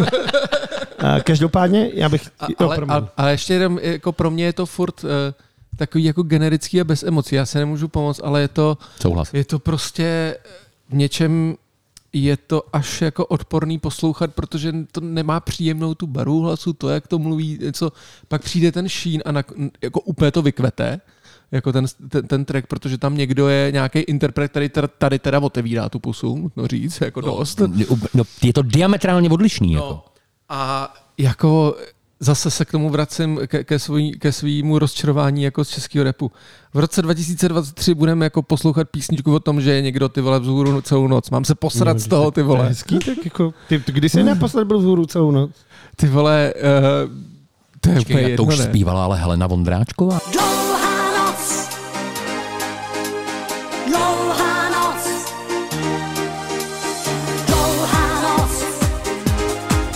Speaker 5: Každopádně, já bych...
Speaker 2: Ale ještě jenom, jako pro mě je to furt takový jako generický a bez emocí. Já se nemůžu pomoct, ale je to prostě v něčem... Je to až jako odporný poslouchat, protože to nemá příjemnou tu baru hlasu, to, jak to mluví, něco. Pak přijde ten Šín a jako úplně to vykvete, jako ten track, protože tam někdo je nějaký interpret, který tady teda otevírá tu pusu, nutno říct, jako dost.
Speaker 1: No, je to diametrálně odlišný. No. Jako.
Speaker 2: A jako zase se k tomu vracím ke svýmu rozčarování jako z českého rapu. V roce 2023 budeme jako poslouchat písničku o tom, že je někdo ty vole vzhůru celou noc. Mám se posrat z toho, ty vole.
Speaker 5: Hezký, tak jako, kdy jsi naposled byl vzhůru celou noc?
Speaker 2: Ty vole, to je úplně jedno,
Speaker 1: to už zpívala ale Helena Vondráčková.
Speaker 7: Dlouhá noc, dlouhá noc, dlouhá noc,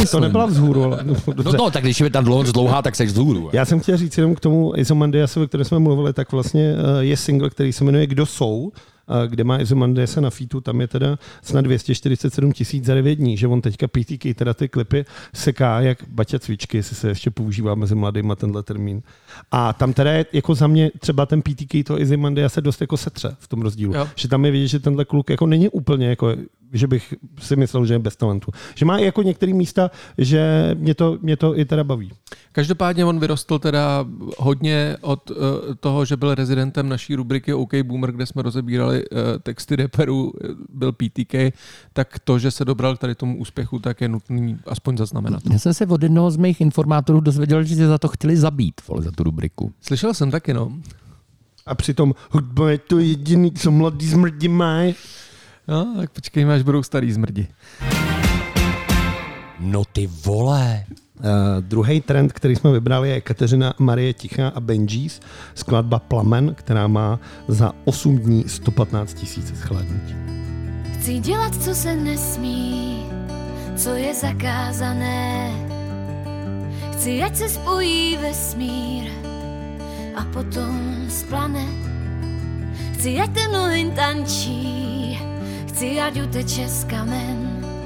Speaker 5: To nebyla vzhůru, ale
Speaker 1: no, tak když je tam dlouhá, tak seš vzhůru.
Speaker 5: Já jsem chtěl říct jenom k tomu Izomandiasovi, o kterém jsme mluvili, tak vlastně je single, který se jmenuje Kdo jsou, kde má Izomandiase na featu, tam je teda snad 247 000 za 9 dní, že on teďka PTK teda ty klipy seká jak Baťa cvičky, jestli se ještě používá mezi mladýma tenhle termín. A tam teda je jako za mě třeba ten PTK toho Izomandiase dost jako setře v tom rozdílu. Jo. Že tam je vidět, že tenhle kluk jako není úplně jako, že bych si myslel, že je bez talentu. Že má i jako některé místa, že mě to i teda baví.
Speaker 2: Každopádně on vyrostl teda hodně od toho, že byl rezidentem naší rubriky OK Boomer, kde jsme rozebírali texty rapperů, byl PTK, tak to, že se dobral k tady tomu úspěchu, tak je nutný aspoň zaznamenat.
Speaker 1: Já jsem se od jednoho z mých informátorů dozvěděl, že se za to chtěli zabít, za tu rubriku.
Speaker 2: Slyšel jsem taky, no.
Speaker 5: A přitom hudba je to jediný, co mladý zmrdi mají.
Speaker 2: No, tak počkejme, až budou starý zmrdi.
Speaker 1: No ty vole.
Speaker 5: Druhý trend, který jsme vybrali, je Kateřina Marie Tichá a Benjis, skladba Plamen, která má za 8 dní 115 000 shlédnutí.
Speaker 9: Chci dělat, co se nesmí, co je zakázané. Chci, ať se spojí vesmír a potom splane. Chci, ať ten oheň tančí, chci, ať uteče z kamen.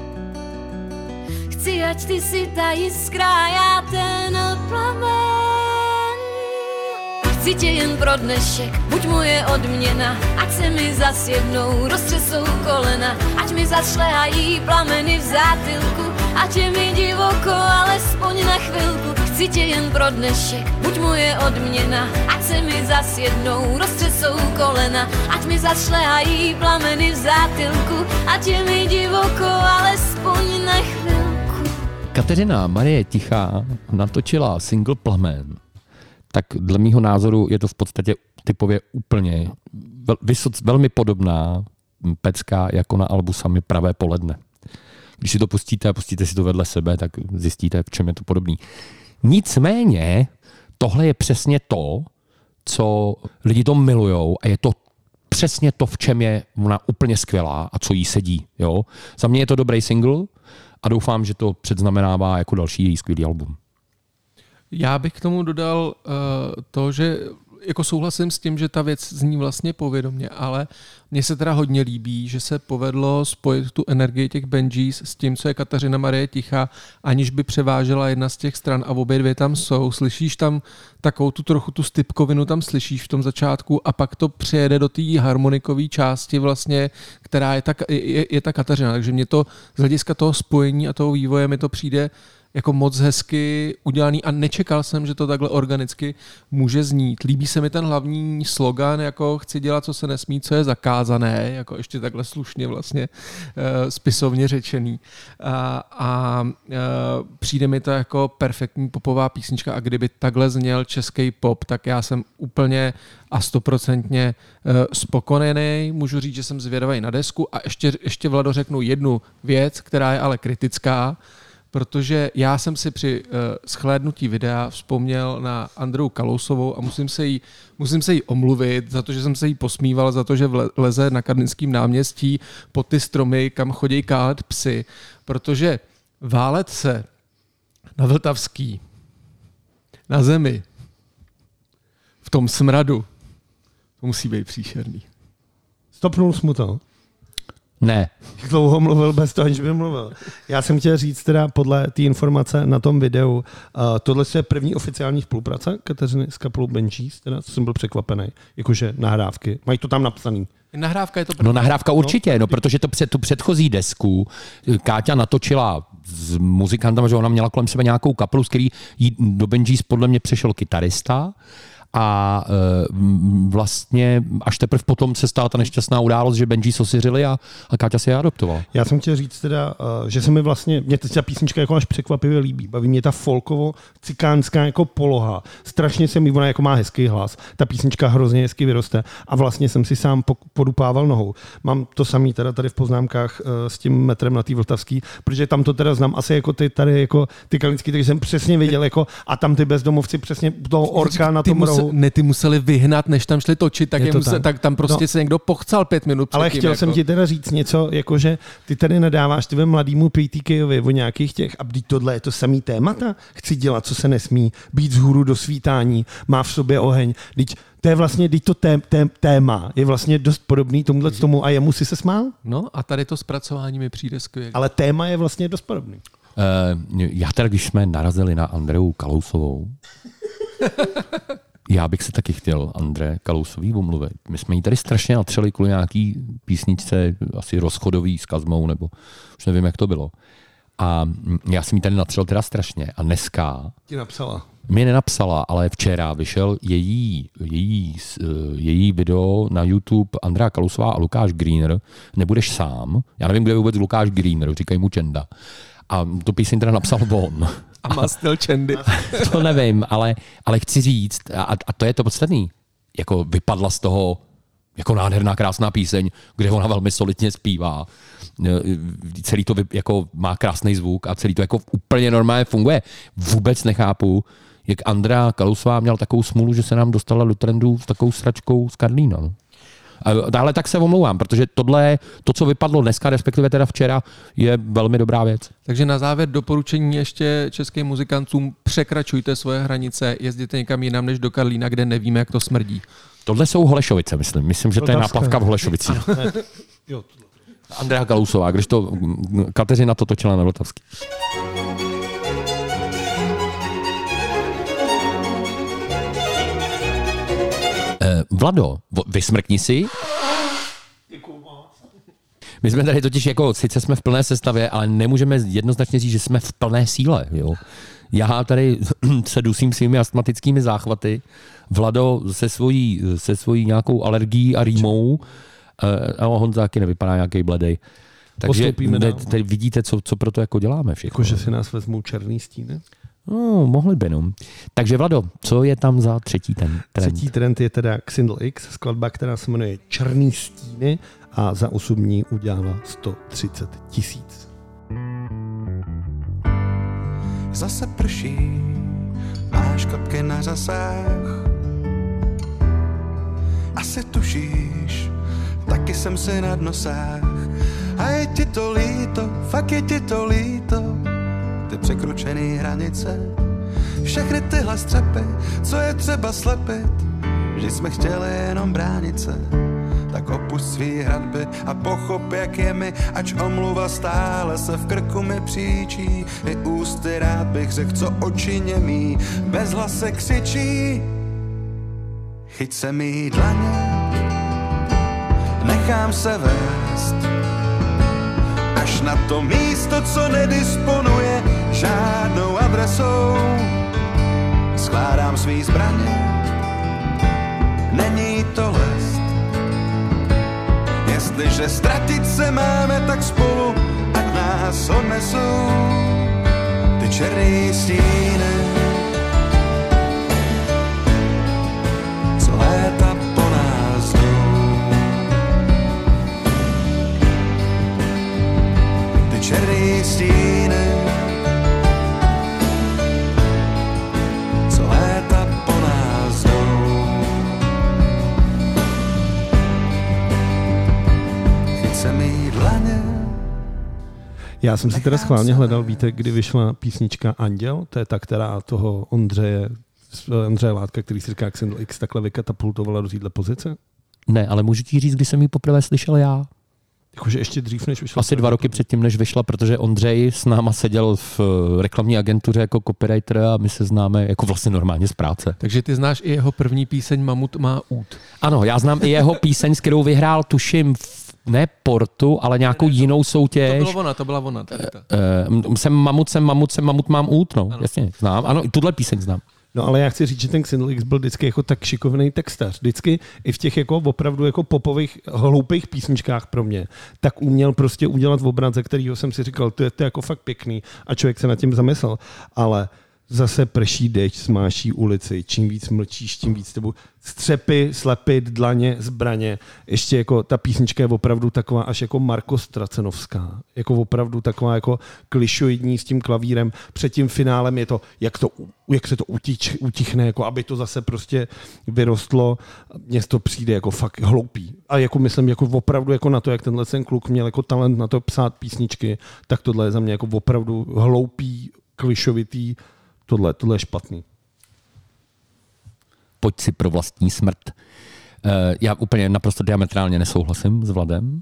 Speaker 9: Chci, ať ty si ta jiskra, já ten plamen. Chci tě jen pro dnešek, buď moje odměna, ať se mi zas jednou roztřesou kolena, ať mi zas šlehají plameny v zátylku, ať je mi divoko, alespoň na chvilku. Chci tě jen pro dnešek, buď moje odměna, ať se mi zas jednou roztřesou kolena, ať mi zas šlehají plameny v zátylku, ať je mi divoko, alespoň na chvilku.
Speaker 1: Kateřina Marie Tichá natočila single Plamen, tak dle mýho názoru je to v podstatě typově úplně velmi podobná pecka jako na albu Sami pravé poledne. Když si to pustíte a pustíte si to vedle sebe, tak zjistíte, v čem je to podobný. Nicméně tohle je přesně to, co lidi to milujou a je to přesně to, v čem je ona úplně skvělá a co jí sedí. Jo? Za mě je to dobrý single a doufám, že to předznamenává jako další její skvělý album.
Speaker 2: Já bych k tomu dodal to, že jako souhlasím s tím, že ta věc zní vlastně povědomě, ale mně se teda hodně líbí, že se povedlo spojit tu energii těch Benjis s tím, co je Kateřina Marie Tichá, aniž by převážela jedna z těch stran a obě dvě tam jsou. Slyšíš tam takovou tu trochu tu stypkovinu tam slyšíš v tom začátku a pak to přejede do té harmonikové části vlastně, která je ta Kateřina. Takže mě to z hlediska toho spojení a toho vývoje mi to přijde jako moc hezky udělaný a nečekal jsem, že to takhle organicky může znít. Líbí se mi ten hlavní slogan, jako chci dělat, co se nesmí, co je zakázané, jako ještě takhle slušně vlastně spisovně řečený. A přijde mi to jako perfektní popová písnička a kdyby takhle zněl český pop, tak já jsem úplně a 100% spokojený. Můžu říct, že jsem zvědavý na desku a ještě Vlado řeknu jednu věc, která je ale kritická, protože já jsem si při shlédnutí videa vzpomněl na Andreu Kalousovou a musím se jí omluvit za to, že jsem se jí posmíval, za to, že leze na Karlínském náměstí pod ty stromy, kam chodí kálet psy, protože válet se na Vltavský, na zemi, v tom smradu, to musí být příšerný.
Speaker 5: Stopnul jsi mu to?
Speaker 1: Ne.
Speaker 5: Dlouho mluvil bez toho, aniž by mluvil. Já jsem chtěl říct teda podle té informace na tom videu, tohle je první oficiální spolupráce Kateřiny s kapelou Benjis, teda jsem byl překvapený, jakože nahrávky. Mají to tam napsaný.
Speaker 2: Nahrávka je to
Speaker 1: No nahrávka určitě, no, protože tu předchozí desku Káťa natočila s muzikantem, že ona měla kolem sebe nějakou kapelu, z který jí do Benjis podle mě přešel kytarista. A vlastně až teprve potom se stala ta nešťastná událost, že Benjis osiřili a Káťa si je adoptovala.
Speaker 5: Já jsem chtěl říct teda, že se mi vlastně, mě ta písnička jako až překvapivě líbí. Baví mě ta folkovo-cikánská jako poloha. Strašně se mi, ona jako má hezký hlas. Ta písnička hrozně hezky vyroste a vlastně jsem si sám podupával nohou. Mám to samý teda tady v poznámkách s tím metrem na té Vltavský, protože tam to teda znám asi jako ty tady jako ty Karlínský, takže jsem přesně viděl jako a tam ty bezdomovci přesně toho orka na tom rohu.
Speaker 2: nety museli vyhnat, než tam šli točit, tak, tak tam prostě se někdo pochcal 5 minut předtím.
Speaker 5: Ale chtěl jsem ti teda říct něco, jakože ty tady nadáváš tyhle mladýmu PTKovi o nějakých těch, a tohle je to samý témata, chci dělat, co se nesmí, být vzhůru do svítání, má v sobě oheň, to je vlastně, to téma je vlastně dost podobný tomu a jemu si se smál?
Speaker 2: No a tady to zpracování mi přijde skvělé.
Speaker 5: Ale téma je vlastně dost podobný.
Speaker 1: Já teda, když jsme narazili na Andreu Kalousovou, já bych se taky chtěl André Kalousový omluvit. My jsme jí tady strašně natřeli kvůli nějaký písničce, asi rozchodový s Kazmou, nebo už nevím, jak to bylo. A já jsem jí tady natřel teda strašně. A dneska...
Speaker 5: Ti napsala?
Speaker 1: Mě nenapsala, ale včera vyšel její video na YouTube Andrea Kalousová a Lukáš Greener. Nebudeš sám. Já nevím, kde je vůbec Lukáš Greener, říkají mu Čenda. A tu píseň teda napsal on.
Speaker 2: A má styl Čendy.
Speaker 1: To nevím, ale chci říct, a to je to podstatný, jako vypadla z toho jako nádherná, krásná píseň, kde ona velmi solidně zpívá. Celý to jako má krásný zvuk a celý to jako úplně normálně funguje. Vůbec nechápu, jak Andrea Kalousová měla takovou smůlu, že se nám dostala do trendu s takovou sračkou z Karlína. No. Ale tak se omlouvám, protože tohle, to, co vypadlo dneska, respektive teda včera, je velmi dobrá věc.
Speaker 2: Takže na závěr doporučení ještě českým muzikantům: překračujte svoje hranice, jezděte někam jinam než do Karlína, kde nevíme, jak to smrdí.
Speaker 1: Tohle jsou Holešovice, myslím. Myslím, že to je náplavka v Holešovicích. Andrea Kalousová, když to Kateřina to točila na Vltavský. Vlado, vysmrkni si. My jsme tady totiž jako, sice jsme v plné sestavě, ale nemůžeme jednoznačně říct, že jsme v plné síle. Jo. Já tady se dusím svými astmatickými záchvaty. Vlado se svojí nějakou alergií a rýmou. A Honza taky nevypadá nějaký bledej. Takže tady vidíte, co pro to jako děláme všechno.
Speaker 5: Jako, že si nás vezmou černý stíny?
Speaker 1: No, mohli by, no. Takže Vlado, co je tam za třetí trend?
Speaker 5: Třetí trend je teda Xindl X, skladba, která se jmenuje Černý stíny a za 8 dní udělala 130 000.
Speaker 6: Zase prší, máš kapky na řasách. Asi tušíš, taky jsem si na nosách. A je ti to líto, fakt je ti to líto, ty překročený hranice, všechny tyhle střepy, co je třeba slepit, že jsme chtěli jenom bránit se. Tak opusť svý hradby a pochop, jak je mi, ač omluva stále se v krku mi příčí. I ústy rád bych řekl, co oči němí, bez hlase křičí. Chyť se mý dlaně, nechám se vést až na to místo, co nedisponuje žádnou adresou. Skládám svý zbraně, není to lest. Jestliže ztratit se máme, tak spolu, ať nás odnesou ty černý stíny, co léta po nás jdou. Ty černý stíny, co léta po nás jdou. Chce mi dlaně.
Speaker 5: Já jsem si teda schválně hledal, víte, kdy vyšla písnička Anděl, to je ta, která toho Ondřeje Látka, který si říká Xindl X, takhle vykatapultovala do téhle pozice?
Speaker 1: Ne, ale můžu ti říct, kdy jsem ji poprvé slyšel já.
Speaker 5: Jakože ještě dřív, než vyšla?
Speaker 1: Asi 2 roky předtím, než vyšla, protože Ondřej s náma seděl v reklamní agentuře jako copywriter a my se známe jako vlastně normálně z práce.
Speaker 2: Takže ty znáš i jeho první píseň Mamut má út.
Speaker 1: Ano, já znám i jeho píseň, s kterou vyhrál, tuším, ne Portu, ale nějakou jinou soutěž.
Speaker 2: To byla ona.
Speaker 5: Jsem mamut,
Speaker 1: mám út, no, ano. Jasně, znám. Ano, i tuhle píseň znám.
Speaker 5: No ale já chci říct, že ten Xindl X byl vždycky jako tak šikovný textař. Vždycky i v těch jako opravdu jako popových, hloupých písničkách pro mě, tak uměl prostě udělat obraz, ze kterého jsem si říkal, to je jako fakt pěkný a člověk se nad tím zamyslel. Ale zase prší dešť, smáší ulici, čím víc mlčíš, tím víc tebou střepy, slepit, dlaně, zbraně. Ještě jako ta písnička je opravdu taková až jako Marko Stracenovská. Jako opravdu taková jako klišoidní s tím klavírem. Před tím finálem je to, jak se to utichne, jako aby to zase prostě vyrostlo. Mně to přijde jako fakt hloupý. A jako myslím, jako opravdu jako na to, jak tenhle ten kluk měl jako talent na to psát písničky, tak tohle je za mě jako opravdu hloupý, klišovitý. Tohle je špatný.
Speaker 1: Pojď si pro vlastní smrt. Já úplně naprosto diametrálně nesouhlasím s Vladem.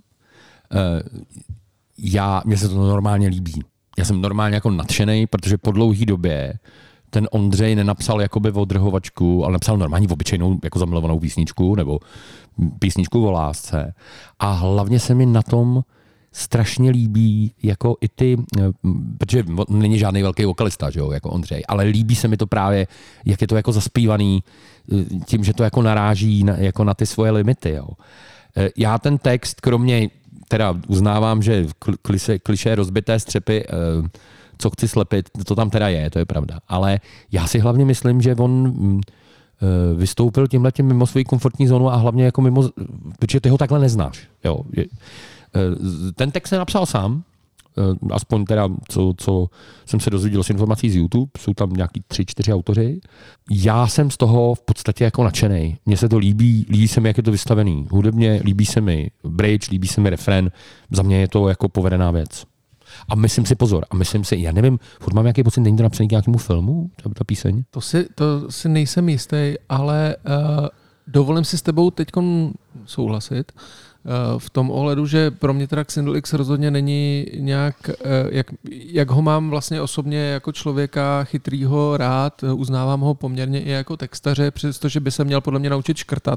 Speaker 1: Mně se to normálně líbí. Já jsem normálně jako nadšenej, protože po dlouhý době ten Ondřej nenapsal jakoby odrhovačku, ale napsal normální obyčejnou jako zamilovanou písničku nebo písničku o lásce. A hlavně se mi na tom strašně líbí jako i ty, protože není žádný velký vokalista, že jo, jako Ondřej, ale líbí se mi to právě, jak je to jako zaspívaný, tím, že to jako naráží jako na ty svoje limity, jo. Já ten text, kromě, teda uznávám, že klišé rozbité střepy, co chci slepit, to tam teda je, to je pravda, ale já si hlavně myslím, že on vystoupil tímhletím mimo svoji komfortní zónu a hlavně jako mimo, protože ty ho takhle neznáš, jo. Ten text se napsal sám, aspoň teda, co jsem se dozvěděl z informací z YouTube, jsou tam nějaký 3-4 autoři. Já jsem z toho v podstatě jako nadšenej. Mně se to líbí se mi, jak je to vystavený. Hudebně líbí se mi bridge, líbí se mi refrén. Za mě je to jako povedená věc. A myslím si, já nevím, furt mám nějaký pocit, není to napsaný k nějakému filmu, ta píseň?
Speaker 2: To si nejsem jistý, ale dovolím si s tebou teď souhlasit. V tom ohledu, že pro mě teda Xindl X rozhodně není nějak, jak ho mám vlastně osobně jako člověka chytrýho rád, uznávám ho poměrně i jako textaře, přestože by se měl podle mě naučit škrtat,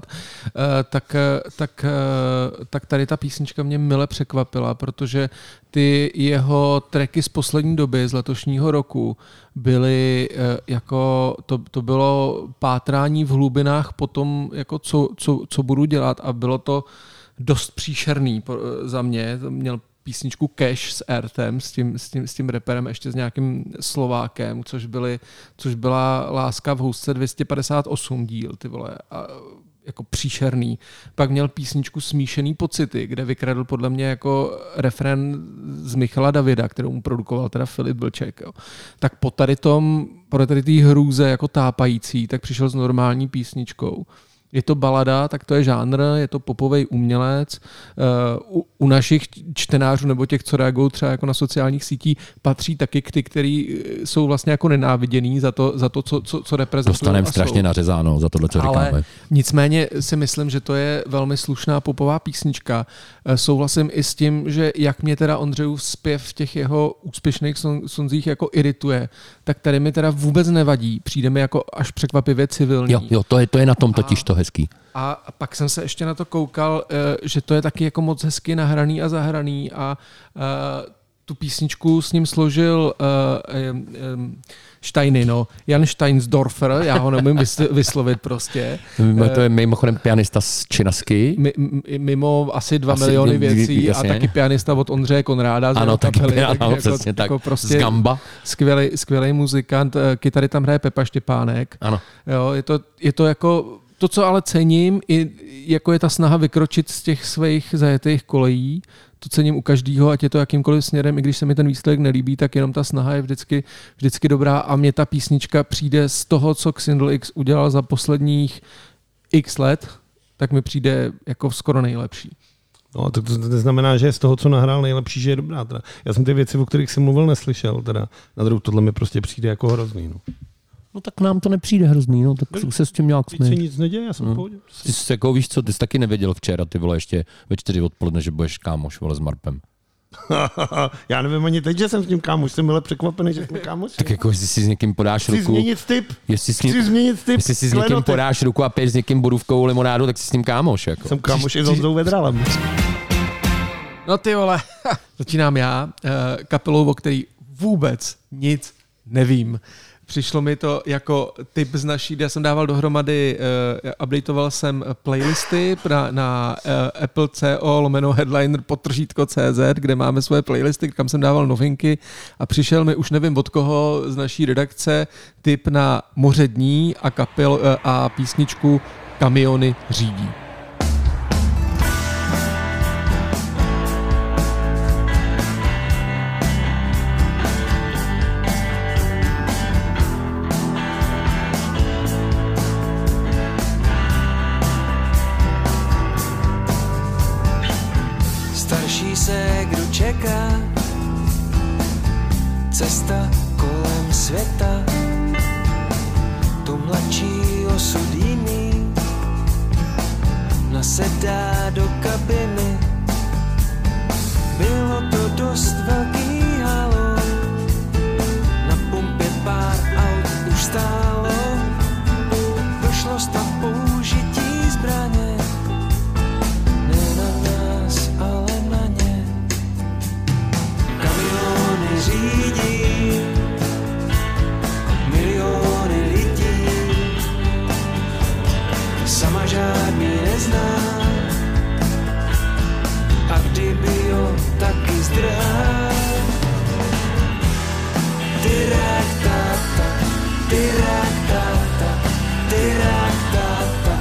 Speaker 2: tak tady ta písnička mě mile překvapila, protože ty jeho tracky z poslední doby, z letošního roku, byly jako, to bylo pátrání v hlubinách po tom, jako co budu dělat, a bylo to dost příšerný za mě. Měl písničku Cash s Ertem, s tím reperem, ještě s nějakým Slovákem, což byla Láska v housce 258 díl, ty vole, a jako příšerný. Pak měl písničku Smíšený pocity, kde vykradl podle mě jako refrén z Michala Davida, kterou mu produkoval teda Filip Vlček. Jo. Tak po tady té hrůze jako tápající, tak přišel s normální písničkou. Je to balada, tak to je žánr, je to popovej umělec. U našich čtenářů nebo těch, co reagují třeba jako na sociálních sítích, patří taky k ty, který jsou vlastně jako nenáviděný za to co reprezentují.
Speaker 1: Dostaneme strašně nařezáno za tohle, co říkáme.
Speaker 2: Ale nicméně si myslím, že to je velmi slušná popová písnička. Souhlasím i s tím, že jak mě teda Ondřejův zpěv v těch jeho úspěšných sonzích jako irituje, tak tady mi teda vůbec nevadí. Přijde mi jako až překvapivě civilní.
Speaker 1: Jo, to je na tom totiž to hezký.
Speaker 2: A pak jsem se ještě na to koukal, že to je taky jako moc hezky nahraný a zahraný a tu písničku s ním složil Steiny, no. Jan Steinsdorfer, já ho neumím vyslovit prostě.
Speaker 1: To je mimochodem pianista z Činasky.
Speaker 2: Mimo asi 2 miliony věcí jasně. A taky pianista od Ondřeje Konráda.
Speaker 1: Ano, taky přesně tak. Prostě z Gamba.
Speaker 2: Skvělej muzikant. Kytary tam hraje Pepa Štěpánek.
Speaker 1: Ano.
Speaker 2: Jo, je to jako to, co ale cením, jako je ta snaha vykročit z těch svých zajetých kolejí. To cením u každého, ať je to jakýmkoliv směrem, i když se mi ten výsledek nelíbí, tak jenom ta snaha je vždycky dobrá a mně ta písnička přijde z toho, co Xindl X udělal za posledních x let, tak mi přijde jako skoro nejlepší.
Speaker 5: No, to znamená, že z toho, co nahrál nejlepší, že je dobrá. Teda. Já jsem ty věci, o kterých jsem mluvil, neslyšel. Teda. Na druhou tohle mi prostě přijde jako hrozný.
Speaker 1: No tak nám to nepřijde hrozný, no tak se s tím nějak
Speaker 5: smí. Víc se nic neděje, já jsem v pohodě.
Speaker 1: Ty jsi jako, víš co, ty jsi taky nevěděl včera, ty vole, ještě ve 4 odpoledne, že budeš kámoš, vole, s Marpem.
Speaker 5: Já nevím ani teď, že jsem s ním kámoš, jsem byl překvapený, že jsme kámoši.
Speaker 1: Tak jako, jestli si s někým podáš ruku...
Speaker 5: Chci změnit typ.
Speaker 1: Jestli si s někým podáš ruku a piješ s někým borůvkovou limonádu, tak jsi s ním kámoš. Jako.
Speaker 5: Jsem kámoš i s Honzou Vedralem.
Speaker 2: No ty vole, začínám já, kapelou, o který vůbec nic nevím. Přišlo mi to jako tip z naší, já jsem dával dohromady, updateoval jsem playlisty na Apple CO/headliner.cz, kde máme svoje playlisty, kam jsem dával novinky a přišel mi, už nevím od koho, z naší redakce tip na Moře dní a písničku Kamiony řídí.
Speaker 12: Kdo čeká, cesta kolem světa, to mladší osud jiný, nasedá do kabiny. Bylo to dost velký halo, na pumpě pár aut už stálo, došlo stav použití zbraně, ne na nás, ale na ně. Kamiony řídí miliony lidí, sama žádný nezná, a kdyby jo, taky zdrhá. Tyrak tata, tyrak tata, tyrak tata.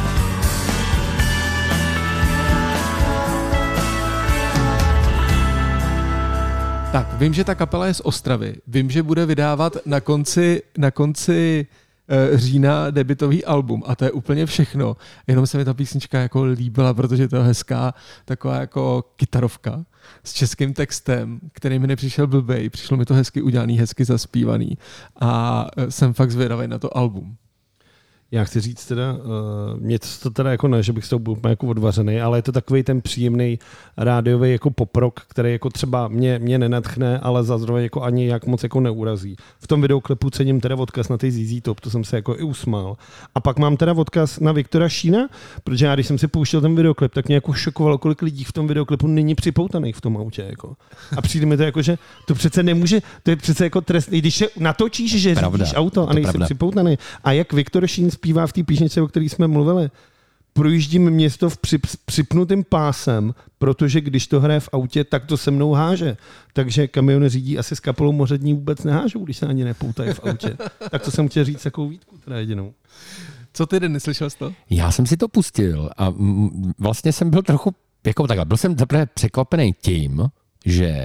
Speaker 2: Tak, vím, že ta kapela je z Ostravy. Vím, že bude vydávat na konci října debutový album a to je úplně všechno. Jenom se mi ta písnička jako líbila, protože to je hezká taková jako kytarovka s českým textem, který mi nepřišel blbej. Přišlo mi to hezky udělaný, hezky zaspívaný a jsem fakt zvědavý na to album.
Speaker 5: Já chci říct teda, něco to teda jako ne, že bych s tou byl jako odvařený, ale je to takový ten příjemný rádiový jako poprok, který jako třeba mě nenadchne, ale zároveň jako ani jak moc jako neurazí. V tom videoklipu cením teda odkaz na ty ZZ Top, to jsem se jako i usmál. A pak mám teda odkaz na Viktora Šína, protože já když jsem si pouštěl ten videoklip, tak mě jako šokovalo, kolik lidí v tom videoklipu není připoutaných v tom autě. Jako. A přijde mi to jako, že to přece nemůže, to je přece jako trestný, když se natočíš, že řídíš auto a nejsi připoutaný. A jak Viktor Šín zpívá v té písničce, o které jsme mluvili. Projíždím město v připnutým pásem, protože když to hraje v autě, tak to se mnou háže. Takže Kamiony řídí asi s kapelou Moře dní vůbec nehážou, když se ani nepoutají v autě. Tak to jsem chtěl říct takovou výtku, teda jedinou.
Speaker 2: Co ty, Den, neslyšel jsi to?
Speaker 1: Já jsem si to pustil a vlastně jsem byl trochu, jako takhle, byl jsem teprve překvapený tím, že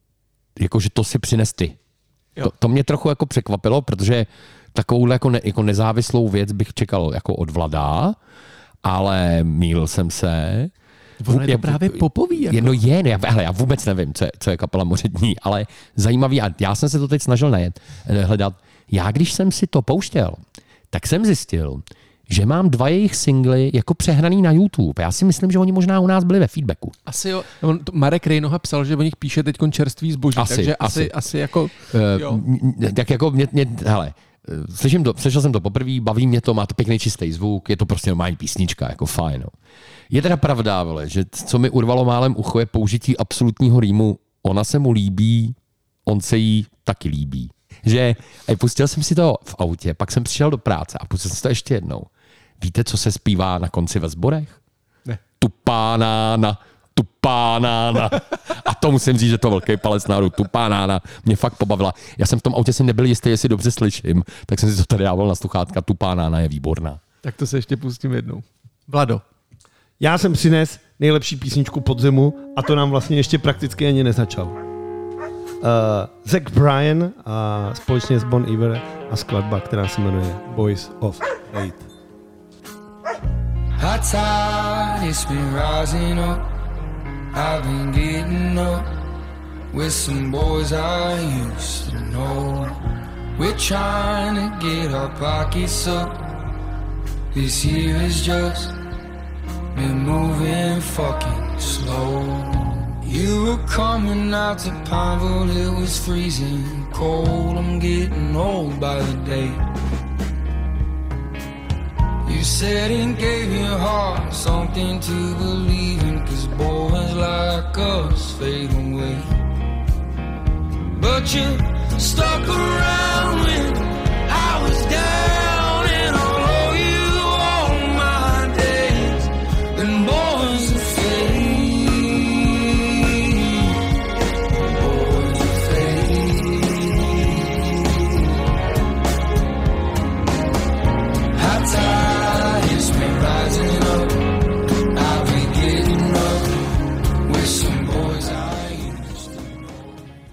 Speaker 1: to si přines ty. To mě trochu jako překvapilo, protože takovouhle jako nezávislou věc bych čekal jako od Vlada, ale mýlil jsem se.
Speaker 2: Ono je to právě popový. Jako.
Speaker 1: Já vůbec nevím, co je kapela Moře dní, ale zajímavý, a já jsem se to teď snažil hledat. Já když jsem si to pouštěl, tak jsem zjistil, že mám 2 jejich singly jako přehraný na YouTube. Já si myslím, že oni možná u nás byli ve feedbacku.
Speaker 2: Asi jo. Marek Rejnoha psal, že o nich píše teď čerstvý zboží, takže asi jako...
Speaker 1: Tak jako hele, slyšel jsem to poprvé, baví mě to, má to pěkný čistý zvuk, je to prostě normální písnička, jako fajn. No. Je teda pravda, že co mi urvalo málem ucho je použití absolutního rýmu. Ona se mu líbí, on se jí taky líbí. Že pustil jsem si to v autě, pak jsem přišel do práce a pustil jsem si to ještě jednou. Víte, co se zpívá na konci ve sborech?
Speaker 2: Ne.
Speaker 1: Tupánána. A to musím říct, že to velký palec národu. Tupánána mě fakt pobavila. Já jsem v tom autě nebyl jistý, jestli dobře slyším, tak jsem si to tady dával na sluchátka. Tupánána je výborná.
Speaker 2: Tak to se ještě pustím jednou. Vlado.
Speaker 5: Já jsem přines nejlepší písničku podzimu a to nám vlastně ještě prakticky ani nezačal. Zach Bryan a společně s Bon Iver a skladba, která se jmenuje Boys of Hate.
Speaker 12: Hot tide, it's been rising up. I've been getting up with some boys I used to know. We're trying to get our pockets up. This year has just been moving fucking slow. You were coming out to Pineville, it was freezing cold. I'm getting old by the day. You said it gave your heart something to believe in, 'cause boys like us fade away. But you stuck around when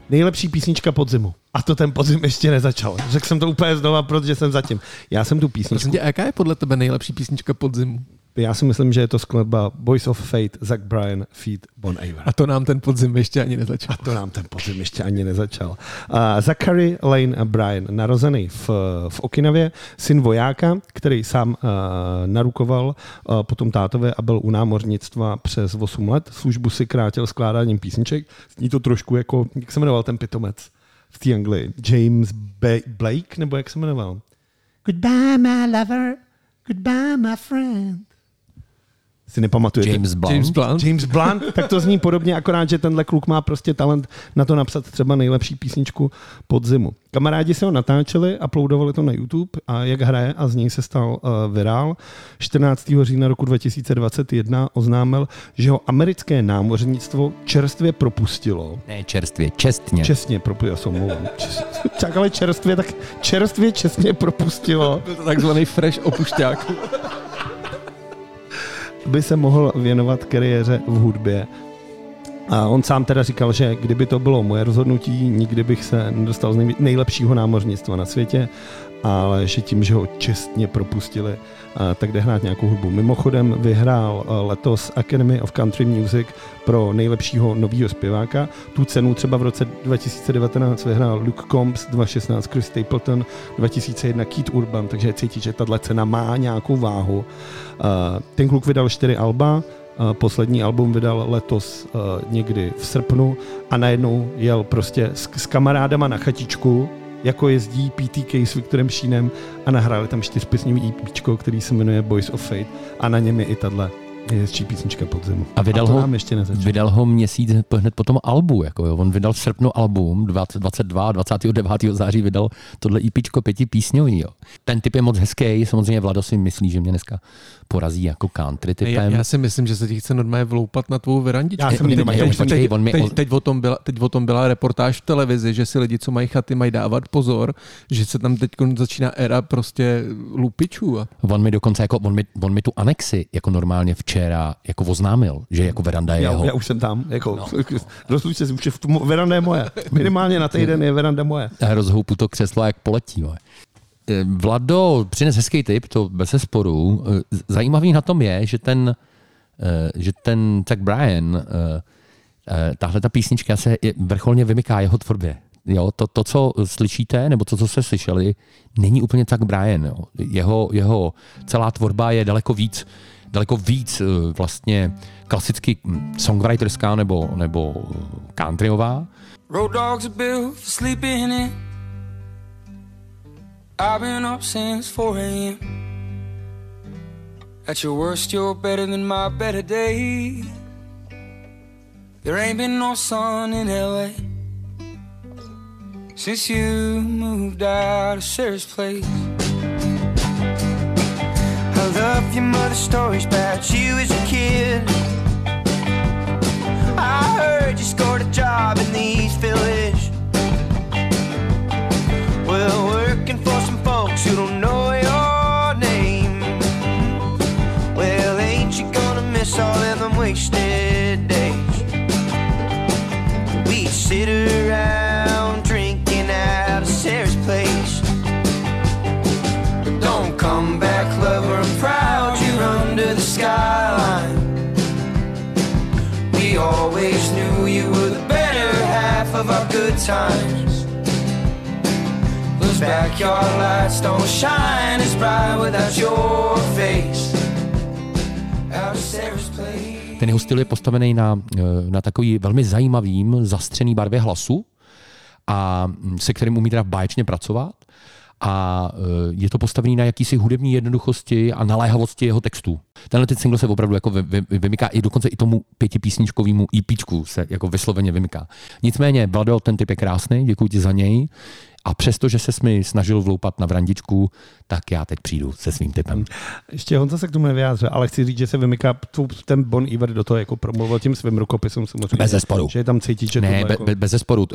Speaker 5: Nejlepší písnička podzimu. A to ten podzim ještě nezačal. Řekl jsem to úplně znova, protože jsem zatím. Já jsem tu písničku...
Speaker 2: Prosím tě, jaká je podle tebe nejlepší písnička podzimu?
Speaker 5: Já si myslím, že je to skladba Boys of Fate, Zach Bryan, feat. Bon Iver.
Speaker 2: A to nám ten podzim ještě ani nezačal. Zachary
Speaker 5: Lane Bryan, narozený v Okinavě, syn vojáka, který sám narukoval potom tátovi a byl u námořnictva přes 8 let. Službu si krátil skládáním písniček. Zní to trošku jako, jak se jmenoval ten pitomec v té Anglii? James Blake, nebo jak se jmenoval? Goodbye, my lover. Goodbye, my friend. Si nepamatujete? James Blunt, tak to zní podobně, akorát, že tenhle kluk má prostě talent na to napsat třeba nejlepší písničku podzimu. Kamarádi se ho natáčeli, uploadovali to na YouTube a jak hraje a z něj se stal virál. 14. října roku 2021 oznámil, že ho americké námořnictvo čerstvě propustilo.
Speaker 1: Ne čerstvě, čestně.
Speaker 5: Čestně propustilo, tak ale čerstvě, tak čerstvě čestně propustilo.
Speaker 2: Byl to takzvaný fresh opušťák.
Speaker 5: By se mohl věnovat kariéře v hudbě. A on sám teda říkal, že kdyby to bylo moje rozhodnutí, nikdy bych se nedostal z nejlepšího námořnictva na světě, ale že tím, že ho čestně propustili, tak jde hrát nějakou hudbu. Mimochodem vyhrál letos Academy of Country Music pro nejlepšího novýho zpěváka. Tu cenu třeba v roce 2019 vyhrál Luke Combs, 2016 Chris Stapleton, 2001 Keith Urban, takže cítit, že tato cena má nějakou váhu. Ten kluk vydal 4 alba, poslední album vydal letos někdy v srpnu a najednou jel prostě s kamarádama na chatičku, jako jezdí PTK s Viktorem Šínem a nahráli tam 4písňový EPčko, který se jmenuje Boys of Fate a na něm je i tahle hezčí písnička podzimu.
Speaker 1: A vydal ho měsíc hned po tom albu. Jako jo. On vydal v srpnu album, 22 a 29. září vydal tohle EPčko 5písňový. Jo. Ten typ je moc hezký, samozřejmě Vlado si myslí, že mě dneska porazí jako country typem.
Speaker 2: Já si myslím, že se ti chce normálně vloupat na tvou verandičku. Teď o tom byla reportáž v televizi, že si lidi, co mají chaty, mají dávat pozor, že se tam teď začíná éra prostě lupičů.
Speaker 1: On mi dokonce jako, on mi tu anexi jako normálně včera jako oznámil, že jako veranda je jeho.
Speaker 5: Já už jsem tam, jako rozlučte si, už veranda je moje. Minimálně na týden je veranda moje.
Speaker 1: Já rozhoupu to křeslo, jak poletí. Vlado přines hezký tip, to bez sporu. Zajímavý na tom je, že ten Zach Bryan, tahle ta písnička se vrcholně vymyká jeho tvorbě. Jo, to, co slyšíte, nebo to, co jste slyšeli, není úplně Zach Bryan. Jo. Jeho celá tvorba je daleko víc vlastně klasicky songwriterská nebo countryová.
Speaker 12: Road dogs are built for sleeping in. I've been up since 4 a.m. At your worst, you're better than my better day. There ain't been no sun in LA since you moved out of Sarah's place.
Speaker 6: I love your mother's stories about you as a kid. I heard you scored a job in the East Village. Well, working for some folks who don't know your name. Well, ain't you gonna miss all of them wasted days? We'd sit around drinking out of Sarah's place. But don't come back, lover, I'm proud you're under the skyline. We always knew you were the better half of our good times. Those backyard lights don't shine as bright without your face. Out of Sarah's place.
Speaker 1: Ten jeho styl je postavený na takový velmi zajímavým zastřený barvě hlasu, a se kterým umí teda báječně pracovat. A je to postavený na jakýsi hudební jednoduchosti a naléhavosti jeho textů. Tenhle single se opravdu jako vymyká i dokonce i tomu 5písničkovému EPčku se jako vysloveně vymyká. Nicméně, Vlado, ten typ je krásný, děkuji ti za něj. A přesto, že ses mi snažil vloupat na vrandičku, tak já teď přijdu se svým tipem.
Speaker 5: Ještě Honza se k tomu nevyjádřil, ale chci říct, že se vymyká ten Bon Iver do toho, jako promluvil tím svým rukopisem samozřejmě.
Speaker 1: Bez zesporu.
Speaker 5: Že je tam cítit, že
Speaker 1: ne, bez zesporu.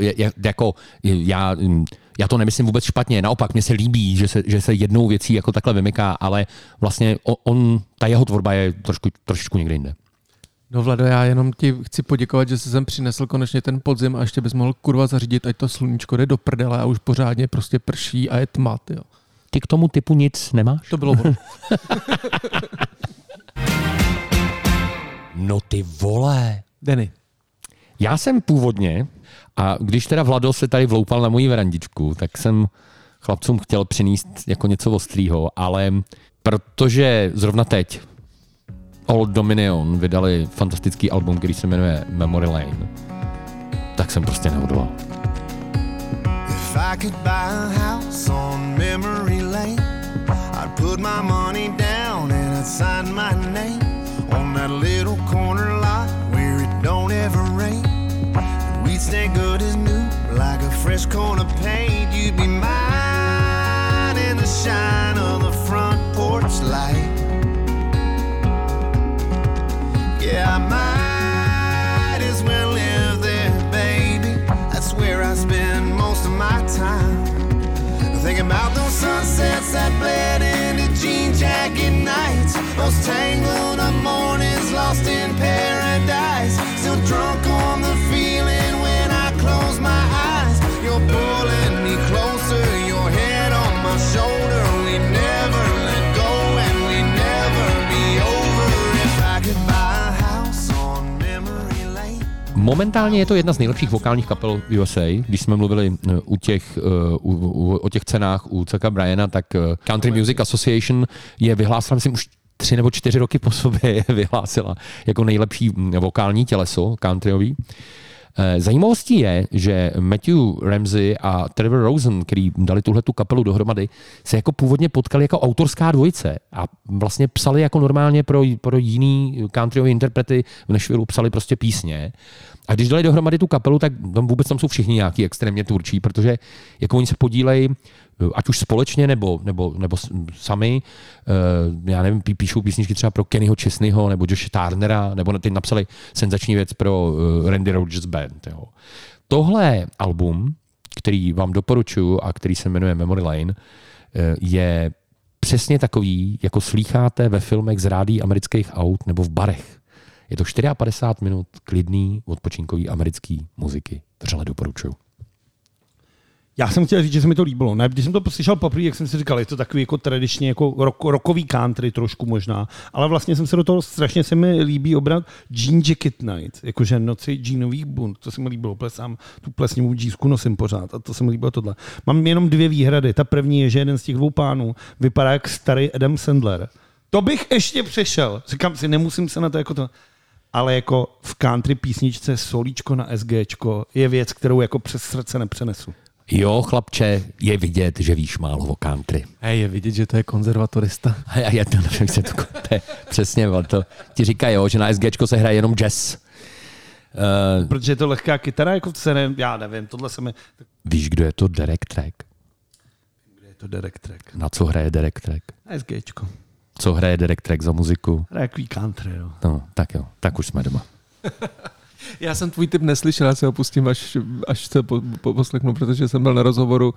Speaker 1: Já to nemyslím vůbec špatně, naopak mně se líbí, že se jednou věcí jako takhle vymyká, ale vlastně ta jeho tvorba je trošičku někde jinde.
Speaker 2: No Vlado, já jenom ti chci poděkovat, že jsi sem přinesl konečně ten podzim a ještě bys mohl kurva zařídit, ať to sluníčko jde do prdele a už pořádně prostě prší a je tma, jo.
Speaker 1: Ty k tomu typu nic nemáš?
Speaker 2: To bylo ono.
Speaker 1: No ty vole.
Speaker 2: Denny.
Speaker 1: Já jsem původně, a když teda Vlado se tady vloupal na moji verandičku, tak jsem chlapcům chtěl přinést jako něco ostrýho, ale protože zrovna teď Old Dominion vydali fantastický album, který se jmenuje Memory Lane, tak jsem prostě neodolal.
Speaker 6: If I could buy a house on memory lane, I'd put my money down and I'd sign my name on that little corner lot where it don't ever rain. And we'd stay good as new, like a fresh coat of paint. You'd be mine in the shine of the front porch light. Yeah, I might as well live there, baby. That's where I spend most of my time. Thinking about those sunsets that bled into jean jacket nights, those tangled up mornings lost in paradise. Still drunk on the feeling when I close my eyes. You're pulling me closer, your head on my shoulder. We never let go and we never be over. If I could buy a house on memory lane.
Speaker 1: Momentálně je to jedna z nejlepších vokálních kapel USA. Když jsme mluvili o těch cenách u C.K. Bryana, tak Country Music Association je vyhlásila, myslím, už 3 nebo 4 roky po sobě je vyhlásila jako nejlepší vokální těleso countryový. Zajímavostí je, že Matthew Ramsey a Trevor Rosen, který dali tuhletu kapelu dohromady, se jako původně potkali jako autorská dvojice a vlastně psali jako normálně pro jiný countryové interprety v Nashvilleu psali prostě písně. A když dali dohromady tu kapelu, tak tam jsou všichni nějaký extrémně tvůrčí, protože jako oni se podílejí ať už společně nebo sami, já nevím, píšou písničky třeba pro Kennyho Chesneyho nebo Joshe Turnera, nebo teď napsali senzační věc pro Randy Rogers Band. Jo. Tohle album, který vám doporučuji a který se jmenuje Memory Lane, je přesně takový, jako slýcháte ve filmech z rádií amerických aut nebo v barech. Je to 54 minut klidný, odpočinkový americký muziky. Vřele doporučuju.
Speaker 5: Já jsem chtěl říct, že se mi to líbilo. Ne, když jsem to slyšel poprvé, jak jsem si říkal, je to takový jako tradičně jako rockový country trošku možná, ale vlastně jsem se do toho strašně se mi líbí obrat Jean Jacket Night, jakože noci džínových bund, to se mi líbilo, sám tu plesnivou džísku nosím pořád a to se mi líbilo tohle. Mám jenom 2 výhrady. Ta první je, že jeden z těch 2 pánů vypadá jak starý Adam Sandler. To bych ještě přešel. Říkám si, nemusím se na to jako to... Ale jako v country písničce solíčko na SGčko je věc, kterou jako přes srdce nepřenesu.
Speaker 1: Jo, chlapče, je vidět, že víš málo o country.
Speaker 2: Je vidět, že to je konzervatorista.
Speaker 1: Já to nevím, to je přesně, to ti říká, jo, že na SGčko se hraje jenom jazz.
Speaker 5: Protože je to lehká kytara, jako já nevím, tohle se mi...
Speaker 1: Víš, kdo je to Derek Track?
Speaker 5: Kdo je to Derek Track?
Speaker 1: Na co hraje Derek Track?
Speaker 5: Na SGčko.
Speaker 1: Co hraje Derek Track za muziku?
Speaker 5: Hraje country, jo.
Speaker 1: No, tak jo, tak už jsme doma.
Speaker 2: Já jsem tvůj tip neslyšel, já se ho pustím, až se poslechnu, protože jsem byl na rozhovoru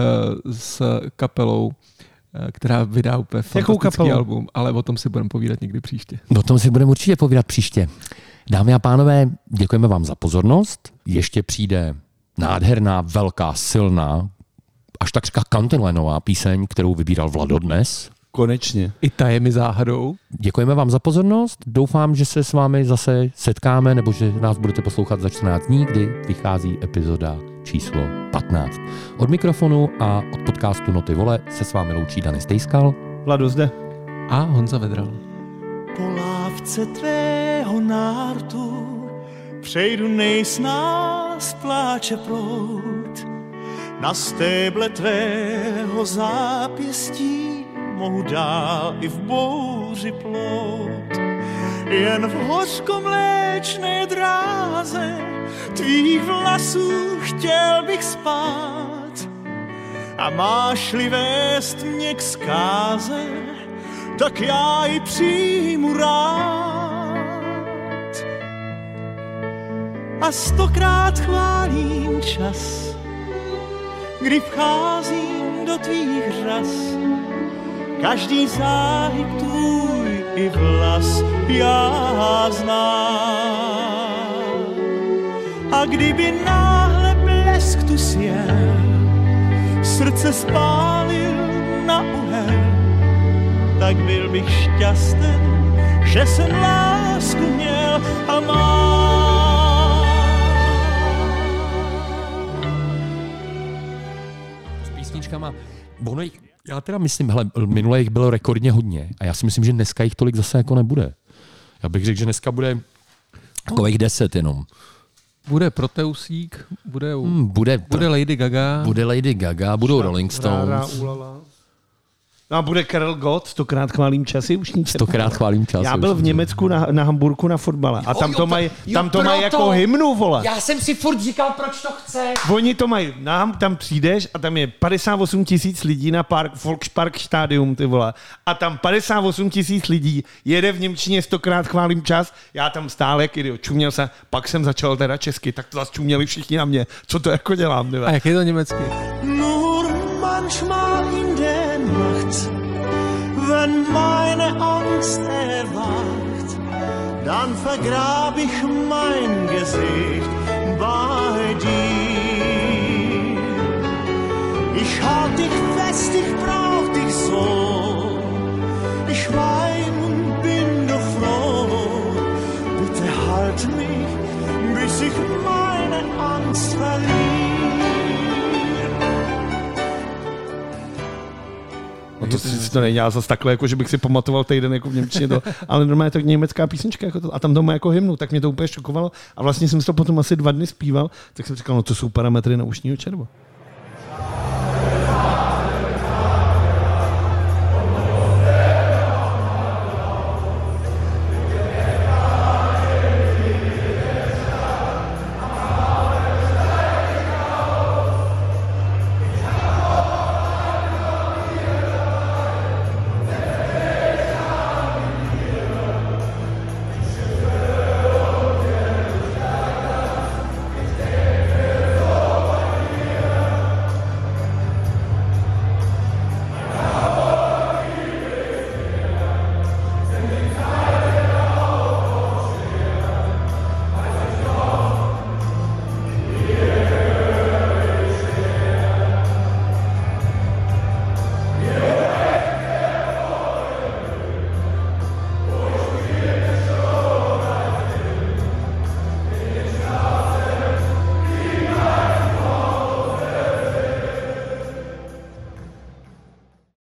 Speaker 2: s kapelou, která vydá úplně fantastický album, ale o tom si budeme povídat někdy příště.
Speaker 1: O tom si budeme určitě povídat příště. Dámy a pánové, děkujeme vám za pozornost. Ještě přijde nádherná, velká, silná, až takřka kantilenová píseň, kterou vybíral Vlado dnes.
Speaker 5: Konečně.
Speaker 2: I ta je mi záhadou.
Speaker 1: Děkujeme vám za pozornost. Doufám, že se s vámi zase setkáme, nebo že nás budete poslouchat za 14 dní, kdy vychází epizoda číslo 15. Od mikrofonu a od podcastu Noty vole se s vámi loučí Dany Stejskal,
Speaker 5: Vlado zde
Speaker 2: a Honza Vedral.
Speaker 8: Po lávce tvého nártu přejdu nejsnáz pláče proud. Na stéble tvého zápěstí mohu dál i v bouři plout. Jen v hořkomléčné dráze tvých vlasů chtěl bych spát. A máš-li vést mě k zkáze, tak já ji přijmu rád. A 100krát chválím čas, kdy vcházím do tvých řas. Každý záhyb tvůj
Speaker 13: i vlas já znám. A kdyby náhle blesk tu sjel, srdce spálil na uhel, tak byl bych šťastný, že jsem lásku měl a mám.
Speaker 1: S písničkama, ono jich, já teda myslím, hele, minule jich bylo rekordně hodně a já si myslím, že dneska jich tolik zase jako nebude. Já bych řekl, že dneska bude takových 10 jenom.
Speaker 2: Bude Proteusík, bude Lady Gaga.
Speaker 1: Bude Lady Gaga, budou Rolling Stones.
Speaker 5: No a bude Karel Gott, 100krát chválím časy, už nic.
Speaker 1: 100krát chválím časy.
Speaker 5: Já byl v Německu na Hamburku na fotbale a tam to mají jako hymnu, vole.
Speaker 3: Já jsem si furt říkal, proč to chce.
Speaker 5: Oni to mají, tam přijdeš a tam je 58 000 lidí na Volksparkstadium, ty vole. A tam 58 000 lidí jede v němčině 100krát chválím čas. Já tam stále jak idiot, čuměl jsem, pak jsem začal teda česky, tak to zase čuměli všichni na mě. Co to jako dělám, ty vole?
Speaker 2: A jak je to německy?
Speaker 13: Nur manchmal in der Nacht, wenn meine Angst erwacht, dann vergrab ich mein Gesicht bei dir. Ich halt dich fest, ich brauch dich so, ich wein und bin doch froh. Bitte halt mich, bis ich meine Angst verliere.
Speaker 5: No to si to nedělá zase takhle, jako že bych si pamatoval týden jako v němčině to, ale normálně to německá písnička jako to, a tam to má jako hymnu, tak mě to úplně šokovalo a vlastně jsem si to potom asi 2 dny zpíval, tak jsem říkal, no to jsou parametry na ušního červa.